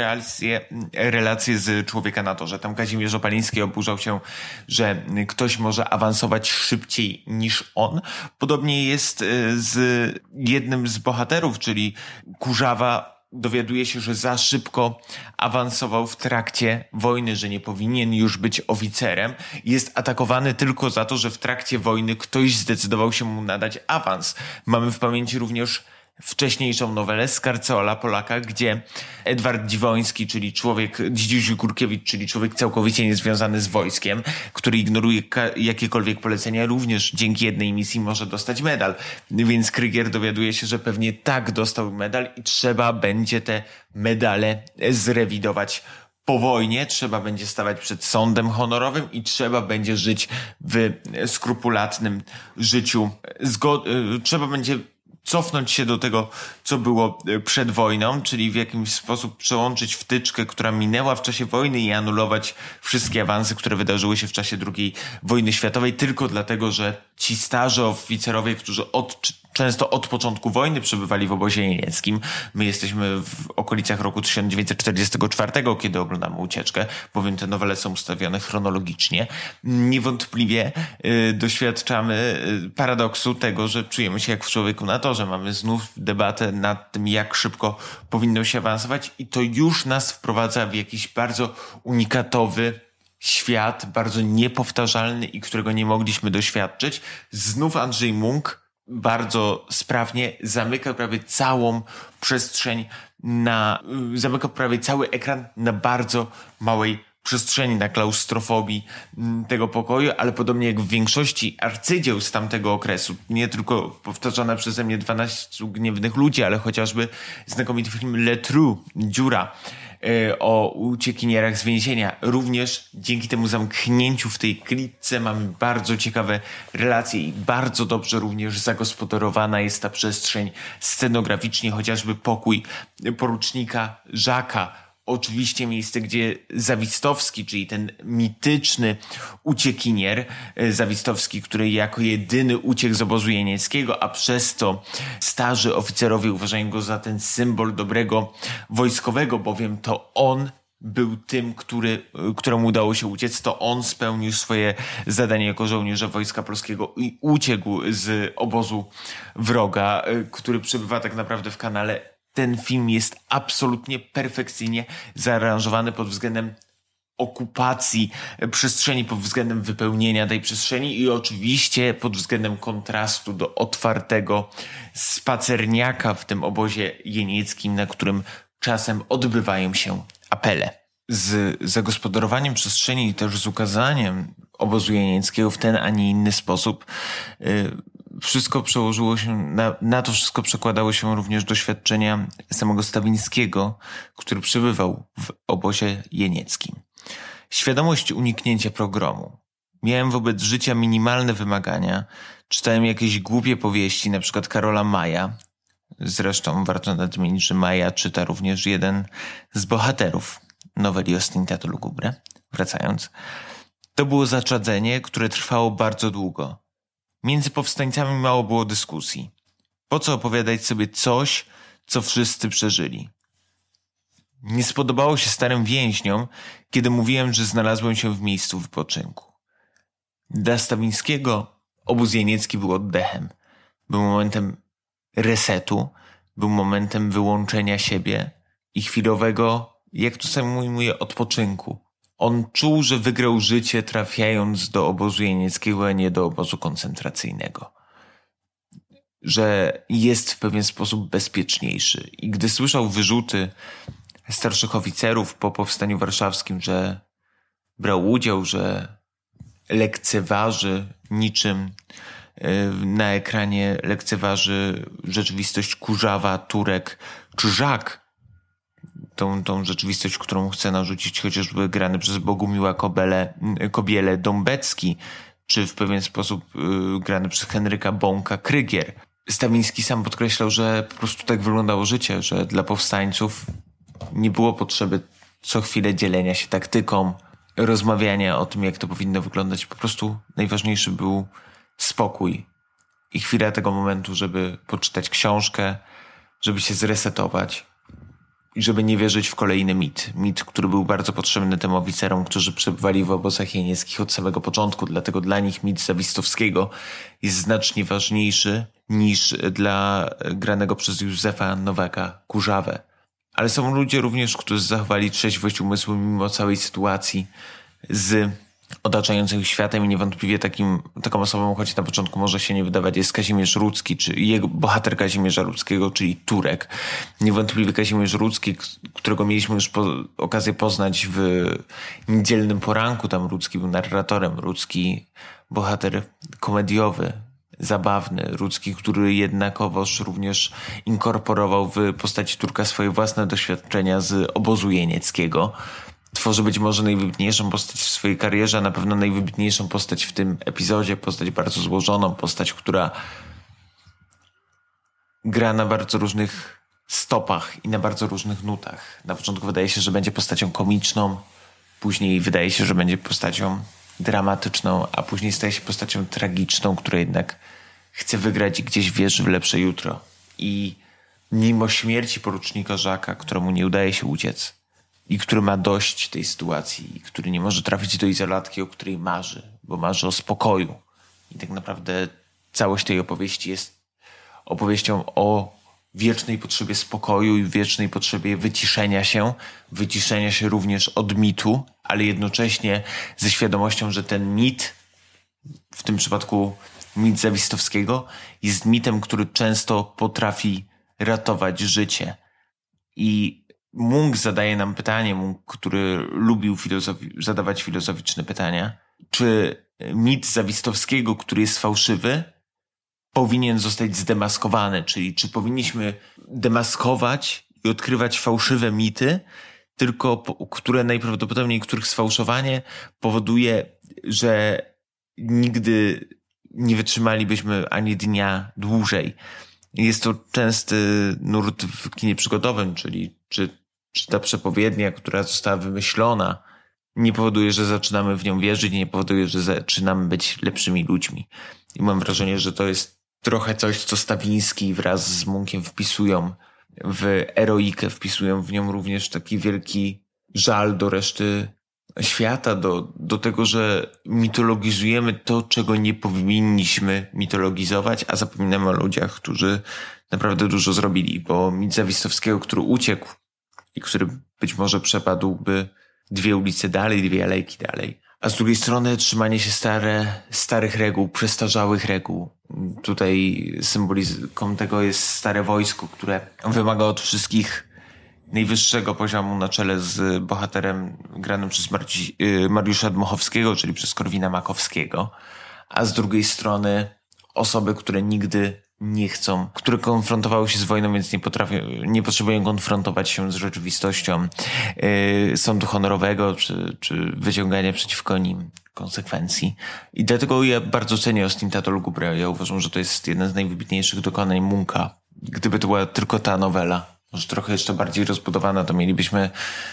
relacje z Człowieka na torze. Tam Kazimierz Opaliński oburzał się, że ktoś może awansować szybciej niż on. Podobnie jest z jednym z bohaterów, czyli Kurzawa. Dowiaduje się, że za szybko awansował w trakcie wojny, że nie powinien już być oficerem. Jest atakowany tylko za to, że w trakcie wojny ktoś zdecydował się mu nadać awans. Mamy w pamięci również wcześniejszą nowelę Scherzo alla Polacca, gdzie Edward Dziwoński, czyli Dzidziuś Górkiewicz, czyli człowiek całkowicie niezwiązany z wojskiem, który ignoruje jakiekolwiek polecenia, również dzięki jednej misji może dostać medal. Więc Krygier dowiaduje się, że pewnie tak dostał medal i trzeba będzie te medale zrewidować po wojnie trzeba będzie stawać przed sądem honorowym i trzeba będzie żyć w skrupulatnym życiu. Trzeba będzie cofnąć się do tego, co było przed wojną, czyli w jakimś sposób przełączyć wtyczkę, która minęła w czasie wojny i anulować wszystkie awanse, które wydarzyły się w czasie II wojny światowej, tylko dlatego, że ci starzy oficerowie, którzy często od początku wojny przebywali w obozie jenieckim. My jesteśmy w okolicach roku 1944, kiedy oglądamy Ucieczkę, bowiem te nowele są ustawione chronologicznie. Niewątpliwie doświadczamy paradoksu tego, że czujemy się jak w Człowieku na torze. Mamy znów debatę nad tym, jak szybko powinno się awansować i to już nas wprowadza w jakiś bardzo unikatowy świat, bardzo niepowtarzalny i którego nie mogliśmy doświadczyć. Znów Andrzej Munk bardzo sprawnie zamyka prawie całą przestrzeń zamyka prawie cały ekran na bardzo małej przestrzeni, na klaustrofobii tego pokoju, ale podobnie jak w większości arcydzieł z tamtego okresu, nie tylko powtarzane przeze mnie 12 gniewnych ludzi, ale chociażby znakomity film Le Trou, Dziura, o uciekinierach z więzienia. Również dzięki temu zamknięciu w tej klitce mamy bardzo ciekawe relacje i bardzo dobrze również zagospodarowana jest ta przestrzeń scenograficznie, chociażby pokój porucznika Żaka. Oczywiście miejsce, gdzie Zawistowski, czyli ten mityczny uciekinier Zawistowski, który jako jedyny uciekł z obozu jenieckiego, a przez to starzy oficerowie uważają go za ten symbol dobrego wojskowego, bowiem to on był tym, któremu udało się uciec, to on spełnił swoje zadanie jako żołnierza Wojska Polskiego i uciekł z obozu wroga, który przebywa tak naprawdę w kanale. Ten film jest absolutnie perfekcyjnie zaaranżowany pod względem okupacji przestrzeni, pod względem wypełnienia tej przestrzeni i oczywiście pod względem kontrastu do otwartego spacerniaka w tym obozie jenieckim, na którym czasem odbywają się apele. Z zagospodarowaniem przestrzeni i też z ukazaniem obozu jenieckiego w ten, a nie inny sposób wszystko przełożyło się, na to wszystko przekładało się również doświadczenia samego Stawińskiego, który przebywał w obozie jenieckim. Świadomość uniknięcia pogromu. Miałem wobec życia minimalne wymagania. Czytałem jakieś głupie powieści, na przykład Karola Maja. Zresztą warto nadmienić, że Maja czyta również jeden z bohaterów noweli Ostentato Lugubre. Wracając. To było zaczadzenie, które trwało bardzo długo. Między powstańcami mało było dyskusji. Po co opowiadać sobie coś, co wszyscy przeżyli? Nie spodobało się starym więźniom, kiedy mówiłem, że znalazłem się w miejscu wypoczynku. Dla Stawińskiego obóz jeniecki był oddechem. Był momentem resetu, był momentem wyłączenia siebie i chwilowego, jak to sam ujmuje, odpoczynku. On czuł, że wygrał życie trafiając do obozu jenieckiego, a nie do obozu koncentracyjnego. Że jest w pewien sposób bezpieczniejszy. I gdy słyszał wyrzuty starszych oficerów po powstaniu warszawskim, że brał udział, że lekceważy niczym na ekranie lekceważy rzeczywistość Kurzawa, Turek czy Żak, tą rzeczywistość, którą chce narzucić chociażby grany przez Bogumiła Kobielę Dąbecki, czy w pewien sposób grany przez Henryka Bąka Krygier. Stawiński sam podkreślał, że po prostu tak wyglądało życie, że dla powstańców nie było potrzeby co chwilę dzielenia się taktyką, rozmawiania o tym, jak to powinno wyglądać. Po prostu najważniejszy był spokój i chwila tego momentu, żeby poczytać książkę, żeby się zresetować i żeby nie wierzyć w kolejny mit. Mit, który był bardzo potrzebny tym oficerom, którzy przebywali w obozach jenieckich od samego początku. Dlatego dla nich mit Zawistowskiego jest znacznie ważniejszy niż dla granego przez Józefa Nowaka Kurzawę. Ale są ludzie również, którzy zachowali trzeźwość umysłu mimo całej sytuacji z otaczającym światem i niewątpliwie taką osobą, choć na początku może się nie wydawać, jest Kazimierz Rudzki, czy jego bohater Kazimierza Rudzkiego, czyli Turek. Niewątpliwie Kazimierz Rudzki, którego mieliśmy już okazję poznać w Niedzielnym Poranku. Tam Rudzki był narratorem. Rudzki bohater komediowy, zabawny. Rudzki, który jednakowoż również inkorporował w postaci Turka swoje własne doświadczenia z obozu jenieckiego. tworzy być może najwybitniejszą postać w swojej karierze, a na pewno najwybitniejszą postać w tym epizodzie. Postać bardzo złożoną, postać, która gra na bardzo różnych stopach i na bardzo różnych nutach. Na początku wydaje się, że będzie postacią komiczną, później wydaje się, że będzie postacią dramatyczną, a później staje się postacią tragiczną, która jednak chce wygrać i gdzieś wierzy w lepsze jutro. I mimo śmierci porucznika Jacques'a, któremu nie udaje się uciec i który ma dość tej sytuacji, i który nie może trafić do izolatki, o której marzy, bo marzy o spokoju. I tak naprawdę całość tej opowieści jest opowieścią o wiecznej potrzebie spokoju i wiecznej potrzebie wyciszenia się również od mitu, ale jednocześnie ze świadomością, że ten mit, w tym przypadku mit Zawistowskiego, jest mitem, który często potrafi ratować życie. I Munk zadaje nam pytanie, Munk, który lubił zadawać filozoficzne pytania, czy mit Zawistowskiego, który jest fałszywy, powinien zostać zdemaskowany, czyli czy powinniśmy demaskować i odkrywać fałszywe mity, które najprawdopodobniej, których sfałszowanie powoduje, że nigdy nie wytrzymalibyśmy ani dnia dłużej. Jest to częsty nurt w kinie przygodowym, czyli czy ta przepowiednia, która została wymyślona, nie powoduje, że zaczynamy w nią wierzyć, nie powoduje, że zaczynamy być lepszymi ludźmi. I mam wrażenie, że to jest trochę coś, co Stawiński wraz z Munkiem wpisują w eroikę, wpisują w nią również taki wielki żal do reszty świata, do tego, że mitologizujemy to, czego nie powinniśmy mitologizować, a zapominamy o ludziach, którzy naprawdę dużo zrobili, bo mit Zawistowskiego, który uciekł i który być może przepadłby 2 ulice dalej, 2 alejki dalej, a z drugiej strony trzymanie się starych reguł, przestarzałych reguł. Tutaj symboliką tego jest stare wojsko, które wymaga od wszystkich najwyższego poziomu na czele z bohaterem granym przez Mariusza Dmochowskiego, czyli przez Korwina Makowskiego, a z drugiej strony osoby, które nigdy nie chcą, które konfrontowały się z wojną, więc nie potrzebują konfrontować się z rzeczywistością sądu honorowego czy wyciągania przeciwko nim konsekwencji. I dlatego ja bardzo cenię Ostentatę Lugubre. Ja uważam, że to jest jeden z najwybitniejszych dokonań Munka. Gdyby to była tylko ta nowela, może trochę jeszcze bardziej rozbudowana, to mielibyśmy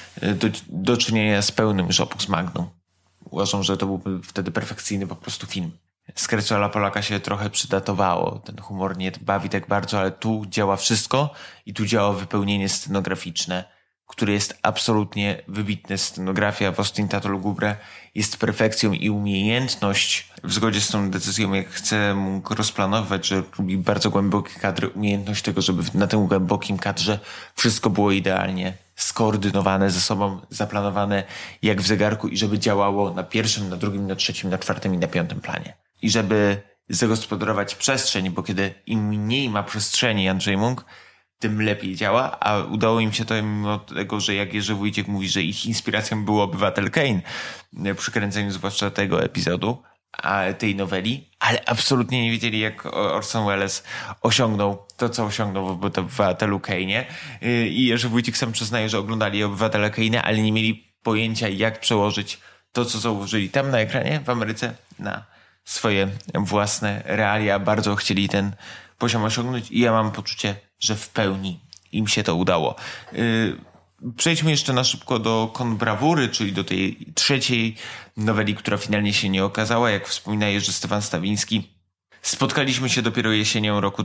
do czynienia z pełnym już opus magnum. Uważam, że to byłby wtedy perfekcyjny po prostu film. Scherzo alla Polaka się trochę przydatowało. Ten humor nie bawi tak bardzo, ale tu działa wszystko i tu działa wypełnienie scenograficzne, które jest absolutnie wybitne. Scenografia w Ostentatę Lugubre jest perfekcją i umiejętność, w zgodzie z tą decyzją, jak chcę mógł rozplanować, że lubi bardzo głębokie kadry, umiejętność tego, żeby na tym głębokim kadrze wszystko było idealnie skoordynowane ze sobą, zaplanowane jak w zegarku i żeby działało na pierwszym, na drugim, na trzecim, na czwartym i na 5. planie. I żeby zagospodarować przestrzeń, bo kiedy im mniej ma przestrzeni Andrzej Munk, tym lepiej działa, a udało im się to mimo tego, że jak Jerzy Wójcik mówi, że ich inspiracją był Obywatel Kane przy kręceniu zwłaszcza tego epizodu, a tej noweli, ale absolutnie nie wiedzieli, jak Orson Welles osiągnął to, co osiągnął w Obywatelu Kane'ie. I Jerzy Wójcik sam przyznaje, że oglądali Obywatela Kane'a, ale nie mieli pojęcia, jak przełożyć to, co zauważyli tam na ekranie w Ameryce, na swoje własne realia. Bardzo chcieli ten poziom osiągnąć i ja mam poczucie, że w pełni im się to udało. Przejdźmy jeszcze na szybko do Konbrawury, czyli do tej 3. noweli, która finalnie się nie okazała. Jak wspomina Jerzy Stefan Stawiński, spotkaliśmy się dopiero jesienią roku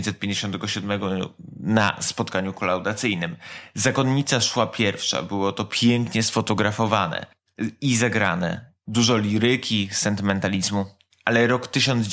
1957 na spotkaniu kolaudacyjnym. Zakonnica szła pierwsza, było to pięknie sfotografowane i zagrane. Dużo liryki, sentymentalizmu, ale rok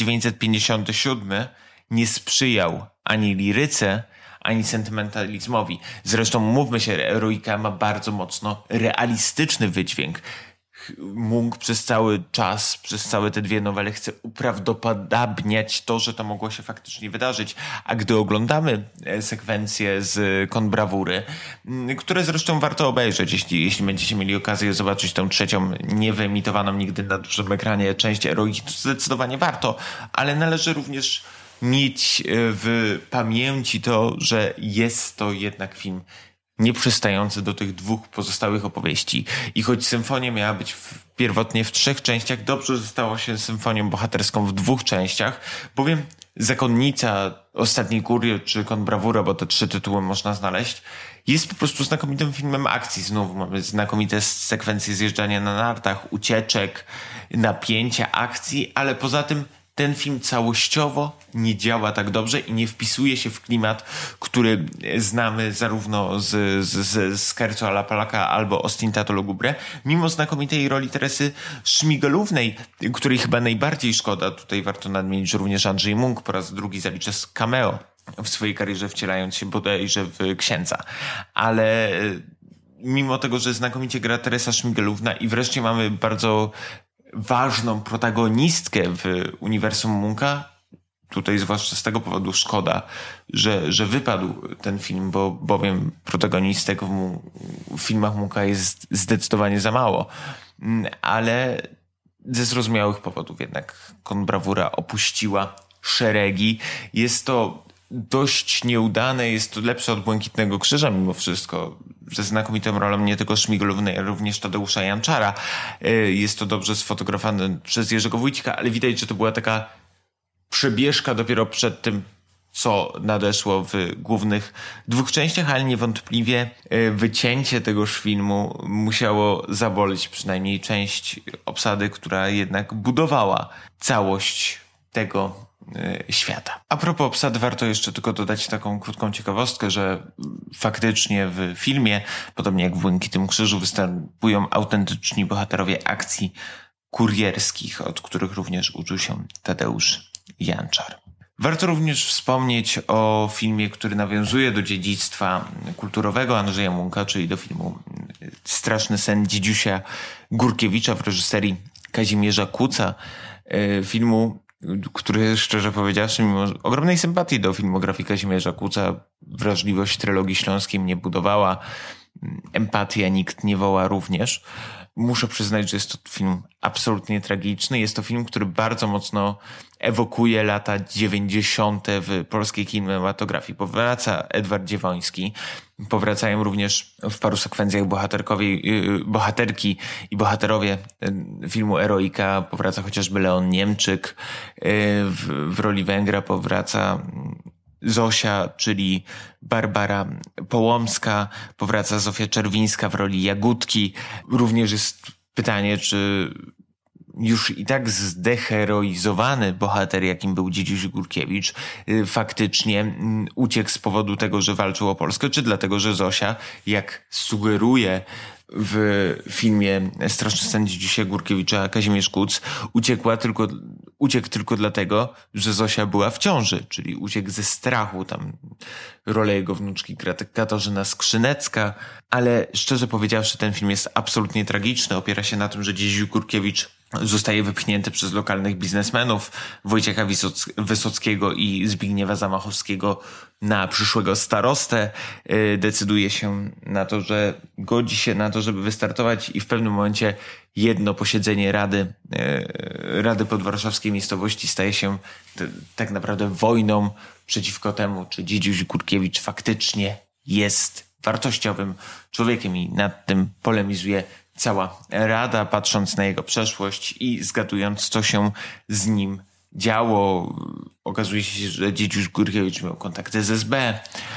1957 nie sprzyjał ani liryce, ani sentymentalizmowi. Zresztą mówmy się, eroika ma bardzo mocno realistyczny wydźwięk. Munk przez cały czas, przez całe te 2 nowele chce uprawdopodobniać to, że to mogło się faktycznie wydarzyć. A gdy oglądamy sekwencje z Konbrawury, które zresztą warto obejrzeć, jeśli będziecie mieli okazję zobaczyć tą 3. niewyemitowaną nigdy na dużym ekranie część eroiki, to zdecydowanie warto, ale należy również mieć w pamięci to, że jest to jednak film nie przystający do tych dwóch pozostałych opowieści. I choć symfonia miała być pierwotnie w 3 częściach, dobrze, że stało się symfonią bohaterską w 2 częściach, bowiem Zakonnica, Ostatni Kurier czy Kont Brawura, bo te 3 tytuły można znaleźć, jest po prostu znakomitym filmem akcji. Znowu mamy znakomite sekwencje zjeżdżania na nartach, ucieczek, napięcia, akcji, ale poza tym ten film całościowo nie działa tak dobrze i nie wpisuje się w klimat, który znamy zarówno z Scherzo alla Polacca albo Ostintato Lugubre, mimo znakomitej roli Teresy Szmigelównej, której chyba najbardziej szkoda. Tutaj warto nadmienić, że również Andrzej Munk po raz drugi zalicza cameo w swojej karierze, wcielając się bodajże w księdza. Ale mimo tego, że znakomicie gra Teresa Szmigelówna i wreszcie mamy bardzo ważną protagonistkę w uniwersum Munka, tutaj zwłaszcza z tego powodu szkoda, że wypadł ten film, bowiem protagonistek w filmach Munka jest zdecydowanie za mało. Ale ze zrozumiałych powodów jednak Kont Brawura opuściła szeregi. Jest to dość nieudane, jest to lepsze od Błękitnego Krzyża mimo wszystko, ze znakomitą rolą nie tylko Szmigelównej, ale również Tadeusza Janczara. Jest to dobrze sfotografowane przez Jerzego Wójcika, ale widać, że to była taka przebieżka dopiero przed tym, co nadeszło w głównych 2 częściach, ale niewątpliwie wycięcie tegoż filmu musiało zaboleć przynajmniej część obsady, która jednak budowała całość tego świata. A propos obsady, warto jeszcze tylko dodać taką krótką ciekawostkę, że faktycznie w filmie, podobnie jak w Błękitnym Krzyżu, występują autentyczni bohaterowie akcji kurierskich, od których również uczył się Tadeusz Janczar. Warto również wspomnieć o filmie, który nawiązuje do dziedzictwa kulturowego Andrzeja Munka, czyli do filmu Straszny sen Dzidziusia Górkiewicza w reżyserii Kazimierza Kuca. Filmu, który, szczerze powiedziawszy, mimo ogromnej sympatii do filmografii Kazimierza Kuca, wrażliwość trylogii śląskiej mnie budowała, empatia Nikt nie woła również. Muszę przyznać, że jest to film absolutnie tragiczny. Jest to film, który bardzo mocno ewokuje lata 90. w polskiej kinematografii. Powraca Edward Dziewoński. Powracają również w paru sekwencjach bohaterki i bohaterowie filmu Eroika. Powraca chociażby Leon Niemczyk. W roli Węgra powraca Zosia, czyli Barbara Połomska, powraca Zofia Czerwińska w roli Jagódki. Również jest pytanie, czy już i tak zdeheroizowany bohater, jakim był Dzidziuś Górkiewicz, faktycznie uciekł z powodu tego, że walczył o Polskę, czy dlatego, że Zosia, jak sugeruje w filmie Straszny sen Dzidziusia Górkiewicza Kazimierz Kuc, uciekł tylko dlatego, że Zosia była w ciąży, czyli uciekł ze strachu. Tam rolę jego wnuczki gra Katarzyna Skrzynecka, ale szczerze powiedziawszy, ten film jest absolutnie tragiczny. Opiera się na tym, że Dzidziuś Górkiewicz zostaje wypchnięty przez lokalnych biznesmenów Wojciecha Wysockiego i Zbigniewa Zamachowskiego na przyszłego starostę. Decyduje się na to, że godzi się na to, żeby wystartować i w pewnym momencie jedno posiedzenie Rady Podwarszawskiej Miejscowości staje się tak naprawdę wojną przeciwko temu, czy Dzidziuś Górkiewicz faktycznie jest wartościowym człowiekiem i nad tym polemizuje cała Rada, patrząc na jego przeszłość i zgadując, co się z nim działo. Okazuje się, że Dzidziuś Górkiewicz miał kontakty z SB,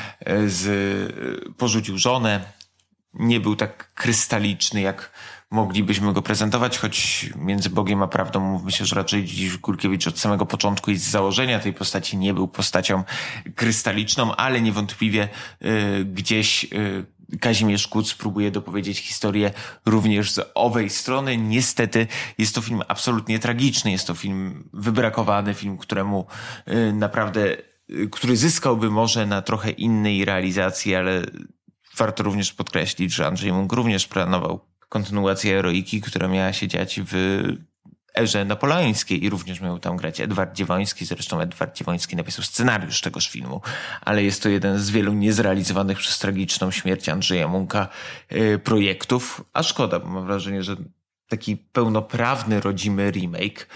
porzucił żonę. Nie był tak krystaliczny, jak moglibyśmy go prezentować, choć między Bogiem a prawdą mówmy się, że raczej Dzidziuś Górkiewicz od samego początku i z założenia tej postaci nie był postacią krystaliczną, ale niewątpliwie gdzieś Kazimierz Kuc próbuje dopowiedzieć historię również z owej strony. Niestety jest to film absolutnie tragiczny, jest to film wybrakowany, film, któremu naprawdę, który zyskałby może na trochę innej realizacji, ale warto również podkreślić, że Andrzej Munk również planował kontynuację Eroiki, która miała się dziać w erze napoleońskiej i również miał tam grać Edward Dziewoński. Zresztą Edward Dziewoński napisał scenariusz tegoż filmu, ale jest to jeden z wielu niezrealizowanych przez tragiczną śmierć Andrzeja Munka projektów, a szkoda, bo mam wrażenie, że taki pełnoprawny, rodzimy remake,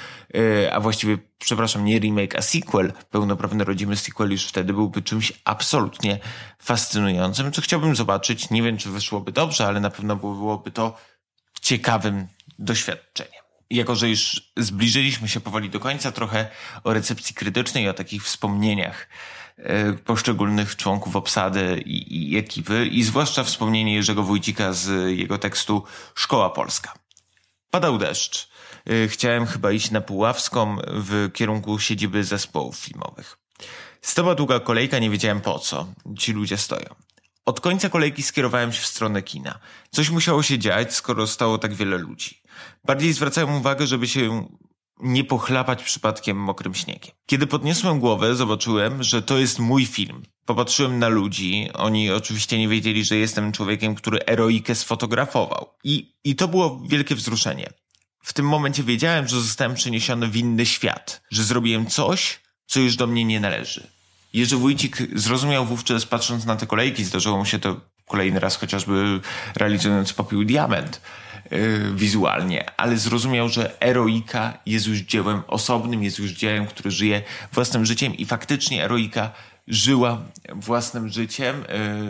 a właściwie, przepraszam, nie remake, a sequel, pełnoprawny, rodzimy sequel już wtedy byłby czymś absolutnie fascynującym, co chciałbym zobaczyć. Nie wiem, czy wyszłoby dobrze, ale na pewno byłoby to ciekawym doświadczeniem. Jako że już zbliżyliśmy się powoli do końca, trochę o recepcji krytycznej i o takich wspomnieniach poszczególnych członków obsady i ekipy, i zwłaszcza wspomnienie Jerzego Wójcika z jego tekstu Szkoła Polska. Padał deszcz. Chciałem chyba iść na Puławską w kierunku siedziby zespołów filmowych. Stała długa kolejka, nie wiedziałem po co. Ci ludzie stoją. Od końca kolejki skierowałem się w stronę kina. Coś musiało się dziać, skoro stało tak wiele ludzi. Bardziej zwracałem uwagę, żeby się nie pochlapać przypadkiem mokrym śniegiem. Kiedy podniosłem głowę, zobaczyłem, że to jest mój film. Popatrzyłem na ludzi. Oni oczywiście nie wiedzieli, że jestem człowiekiem, który eroikę sfotografował. I to było wielkie wzruszenie. W tym momencie wiedziałem, że zostałem przeniesiony w inny świat. Że zrobiłem coś, co już do mnie nie należy. Jerzy Wójcik zrozumiał wówczas, patrząc na te kolejki, zdarzyło mu się to kolejny raz, chociażby realizując Popiół i Diament wizualnie, ale zrozumiał, że eroika jest już dziełem osobnym, jest już dziełem, który żyje własnym życiem i faktycznie eroika żyła własnym życiem.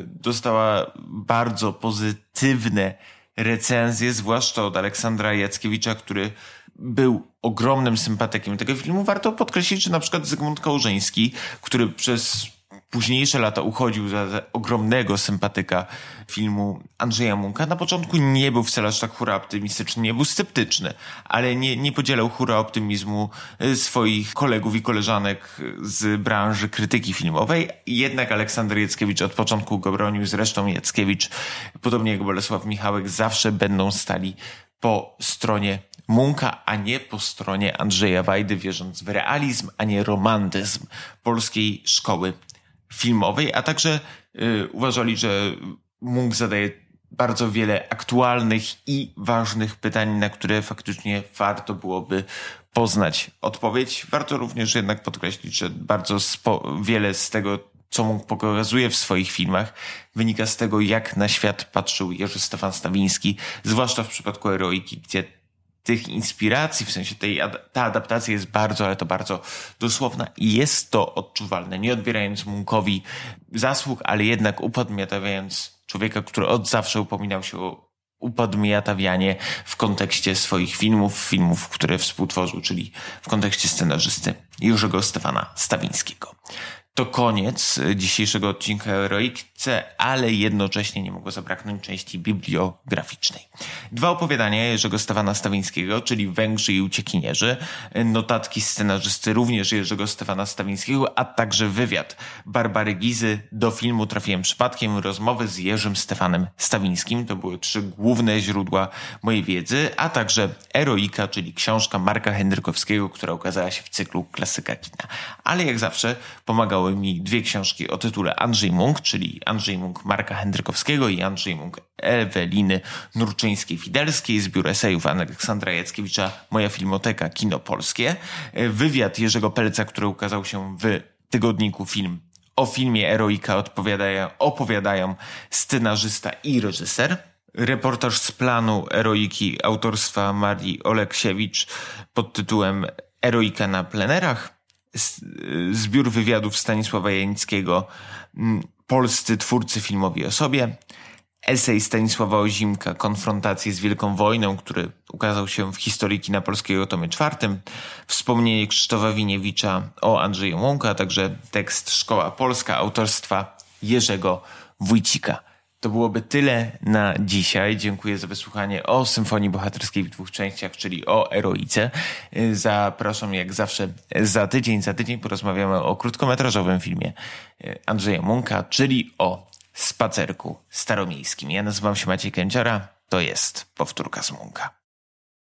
Dostała bardzo pozytywne recenzje, zwłaszcza od Aleksandra Jackiewicza, który był ogromnym sympatykiem tego filmu. Warto podkreślić, że na przykład Zygmunt Kołżyński, który przez późniejsze lata uchodził za ogromnego sympatyka filmu Andrzeja Munka, na początku nie był wcale aż tak hura optymistyczny, nie był sceptyczny, ale nie podzielał hura optymizmu swoich kolegów i koleżanek z branży krytyki filmowej. Jednak Aleksander Jackiewicz od początku go bronił, zresztą Jackiewicz, podobnie jak Bolesław Michałek, zawsze będą stali po stronie Munka, a nie po stronie Andrzeja Wajdy, wierząc w realizm, a nie romantyzm polskiej szkoły filmowej, a także uważali, że Munk zadaje bardzo wiele aktualnych i ważnych pytań, na które faktycznie warto byłoby poznać odpowiedź. Warto również jednak podkreślić, że bardzo wiele z tego, co Munk pokazuje w swoich filmach, wynika z tego, jak na świat patrzył Jerzy Stefan Stawiński, zwłaszcza w przypadku Eroiki, gdzie tych inspiracji, w sensie ta adaptacja jest bardzo, ale to bardzo dosłowna i jest to odczuwalne, nie odbierając Munkowi zasług, ale jednak upodmiotawiając człowieka, który od zawsze upominał się o upodmiotawianie w kontekście swoich filmów, które współtworzył, czyli w kontekście scenarzysty Jerzego Stefana Stawińskiego. To koniec dzisiejszego odcinka o Eroice, ale jednocześnie nie mogło zabraknąć części bibliograficznej. 2 opowiadania Jerzego Stefana Stawińskiego, czyli Węgrzy i uciekinierzy, notatki scenarzysty również Jerzego Stefana Stawińskiego, a także wywiad Barbary Gizy do filmu Trafiłem przypadkiem, rozmowy z Jerzym Stefanem Stawińskim. To były 3 główne źródła mojej wiedzy, a także Eroika, czyli książka Marka Hendrykowskiego, która ukazała się w cyklu Klasyka kina. Ale jak zawsze pomagały mi 2 książki o tytule Andrzej Munk, czyli Andrzej Munk Marka Hendrykowskiego i Andrzej Munk Eweliny Nurczyńskiej-Fidelskiej, zbiór esejów Aleksandra Jackiewicza, Moja Filmoteka, Kino Polskie, wywiad Jerzego Pelca, który ukazał się w tygodniku Film. O filmie Eroika opowiadają scenarzysta i reżyser. Reportaż z planu Eroiki autorstwa Marii Oleksiewicz pod tytułem Eroika na plenerach. Zbiór wywiadów Stanisława Janickiego, Polscy twórcy filmowi o sobie. Esej Stanisława Ozimka, Konfrontacje z Wielką Wojną, który ukazał się w Historii Kina Polskiego tomie 4. Wspomnienie Krzysztofa Winiewicza o Andrzeju Munku, a także tekst Szkoła Polska autorstwa Jerzego Wójcika. To byłoby tyle na dzisiaj. Dziękuję za wysłuchanie o Symfonii Bohaterskiej w 2 częściach, czyli o Eroice. Zapraszam jak zawsze za tydzień. Za tydzień porozmawiamy o krótkometrażowym filmie Andrzeja Munka, czyli o Spacerku Staromiejskim. Ja nazywam się Maciej Kędziora. To jest Powtórka z Munka.